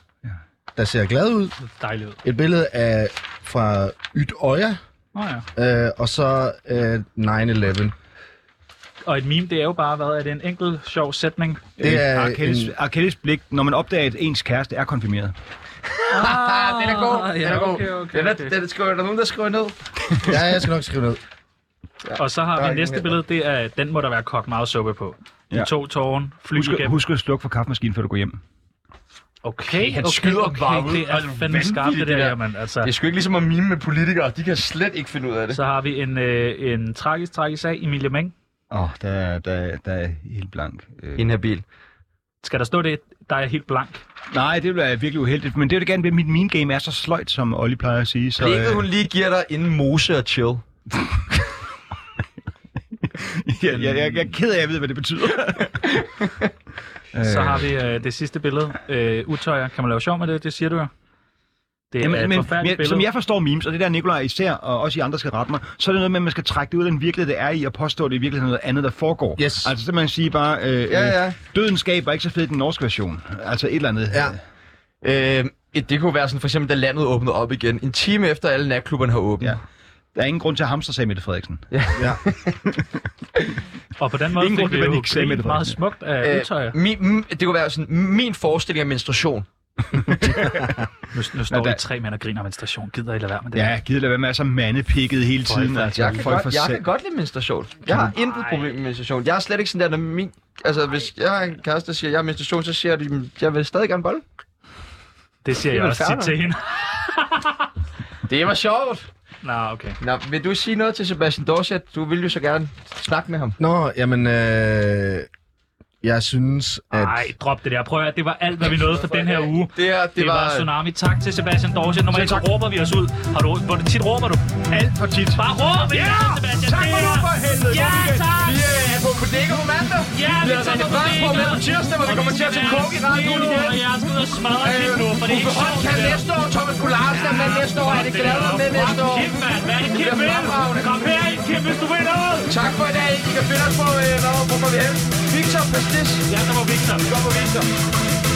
der ser glad ud. Dejligt ud. Et billede af fra Utøya, Nå ja. øh, og så øh, nine eleven. Og et meme, det er jo bare, hvad er det, en enkelt sjov sætning? Det er Arkelles, en- Arkelles blik, når man opdager, at ens kæreste er konfirmeret. Ah, Den er god, den ja, er god. okay, okay, Den er, okay. den er, skriver, er der nogen, der skriver ned? Ja, jeg skal nok skrive ned. Og så har Der er vi ikke næste nogen billede, det er, den må der være kogt meget suppe på. De Ja. to tårn, fly Husk, igennem. husk at slukke for kaffemaskinen, før du går hjem. Okay, Han okay, skyder okay, bare ud. det er fandme skarpt det det der, der. jamen, altså. Det er sgu ikke ligesom at mime med politikere. De kan slet ikke finde ud af det. Så har vi en, øh, en tragisk, tragisk sag, Emilie Meng. Åh, oh, der, er- der, er- der er helt blank. Øh. Inhabil. Skal der stå det, der er helt blank? Nej, det bliver virkelig uheldigt. Men det er det gerne, mit meme game er så sløjt, som Olli plejer at sige. Så, Blikket, øh, hun lige giver dig inden mose og chill. jeg, jeg, jeg, jeg er ked af, at jeg ved, hvad det betyder. Så har vi øh, det sidste billede. Øh, Utøjer. Kan man lave sjov med det? Det siger du jo. Det er Jamen, et men, forfærdeligt men, billede. som jeg forstår memes, og det der Nikolaj især, og også I andre skal rette mig, så er det noget med, at man skal trække det ud af den virkelighed, det er i, og påstå, at det er virkelig noget andet, der foregår. Yes. Altså, så man sige bare, øh, Ja, ja. døden skaber ikke så fedt den norske version. Altså et eller andet. Ja. Øh, et- det kunne være sådan, for eksempel, da landet åbnede op igen. En time efter alle natklubberne har åbnet. Ja. Der er ingen grund til at hamstre, sagde Mette Frederiksen. Ja. Og på den måde Ingen fik grund til vi jo panik, sagde Mette grint meget Frederiksen. smukt af Øh, Utøjer. min, min, det kunne være sådan, min forestilling af menstruation. Nu, nu står Nå, vi der- tre mænd og griner af menstruation. Gider I lade være med det? Ja, gider det være med at så mandepikket hele tiden. Altså, Jeg kan, folk godt, for jeg selv. kan godt lide menstruation. Jeg har intet problem med menstruation. Jeg er slet ikke sådan der, når min... Altså, hvis jeg har en kæreste, der siger, at jeg har menstruation, så siger de, jeg vil stadig gerne bolle. Det siger Det er jeg vel også fair tit til hende. Det var sjovt. Nå, okay. Nå, vil du sige noget til Sebastian Dorset? Du vil jo så gerne snakke med ham. Nå, jamen, øh, jeg synes, at... Nej, drop det der. Prøv at høre, det var alt, hvad vi nåede for den her uge. Det, her, det, Det var Tsunami. Tak til Sebastian Dorset. Normalt så råber vi os ud. Har du, hvor tit råber du? Alt for tit. Bare råb! Ja! Sebastian, Tak for nu for helvede. Ja, tak! Vi er på Bodega på mandag. Ja, Vi vi har tager sendt på et fransk på med Bodega. på tirsdag, hvor vi kommer til at tage coke i radioen igen. Og jeg skal ud og smadre Øh, dit nu, for det er ikke Uffe Holm sjovt. kan det der. næste år. Thomas Gularsen er med næste år. Er det glad med næste år? Kim, mand. Hvad er det, Kim Det bliver vil? fremragende. Kom her, Kim, hvis du vil noget. Tak for i dag. I kan finde os på, øh, hvad, hvor går vi hen? Victor Pastis. Ja, der var Victor. Vi går på Victor.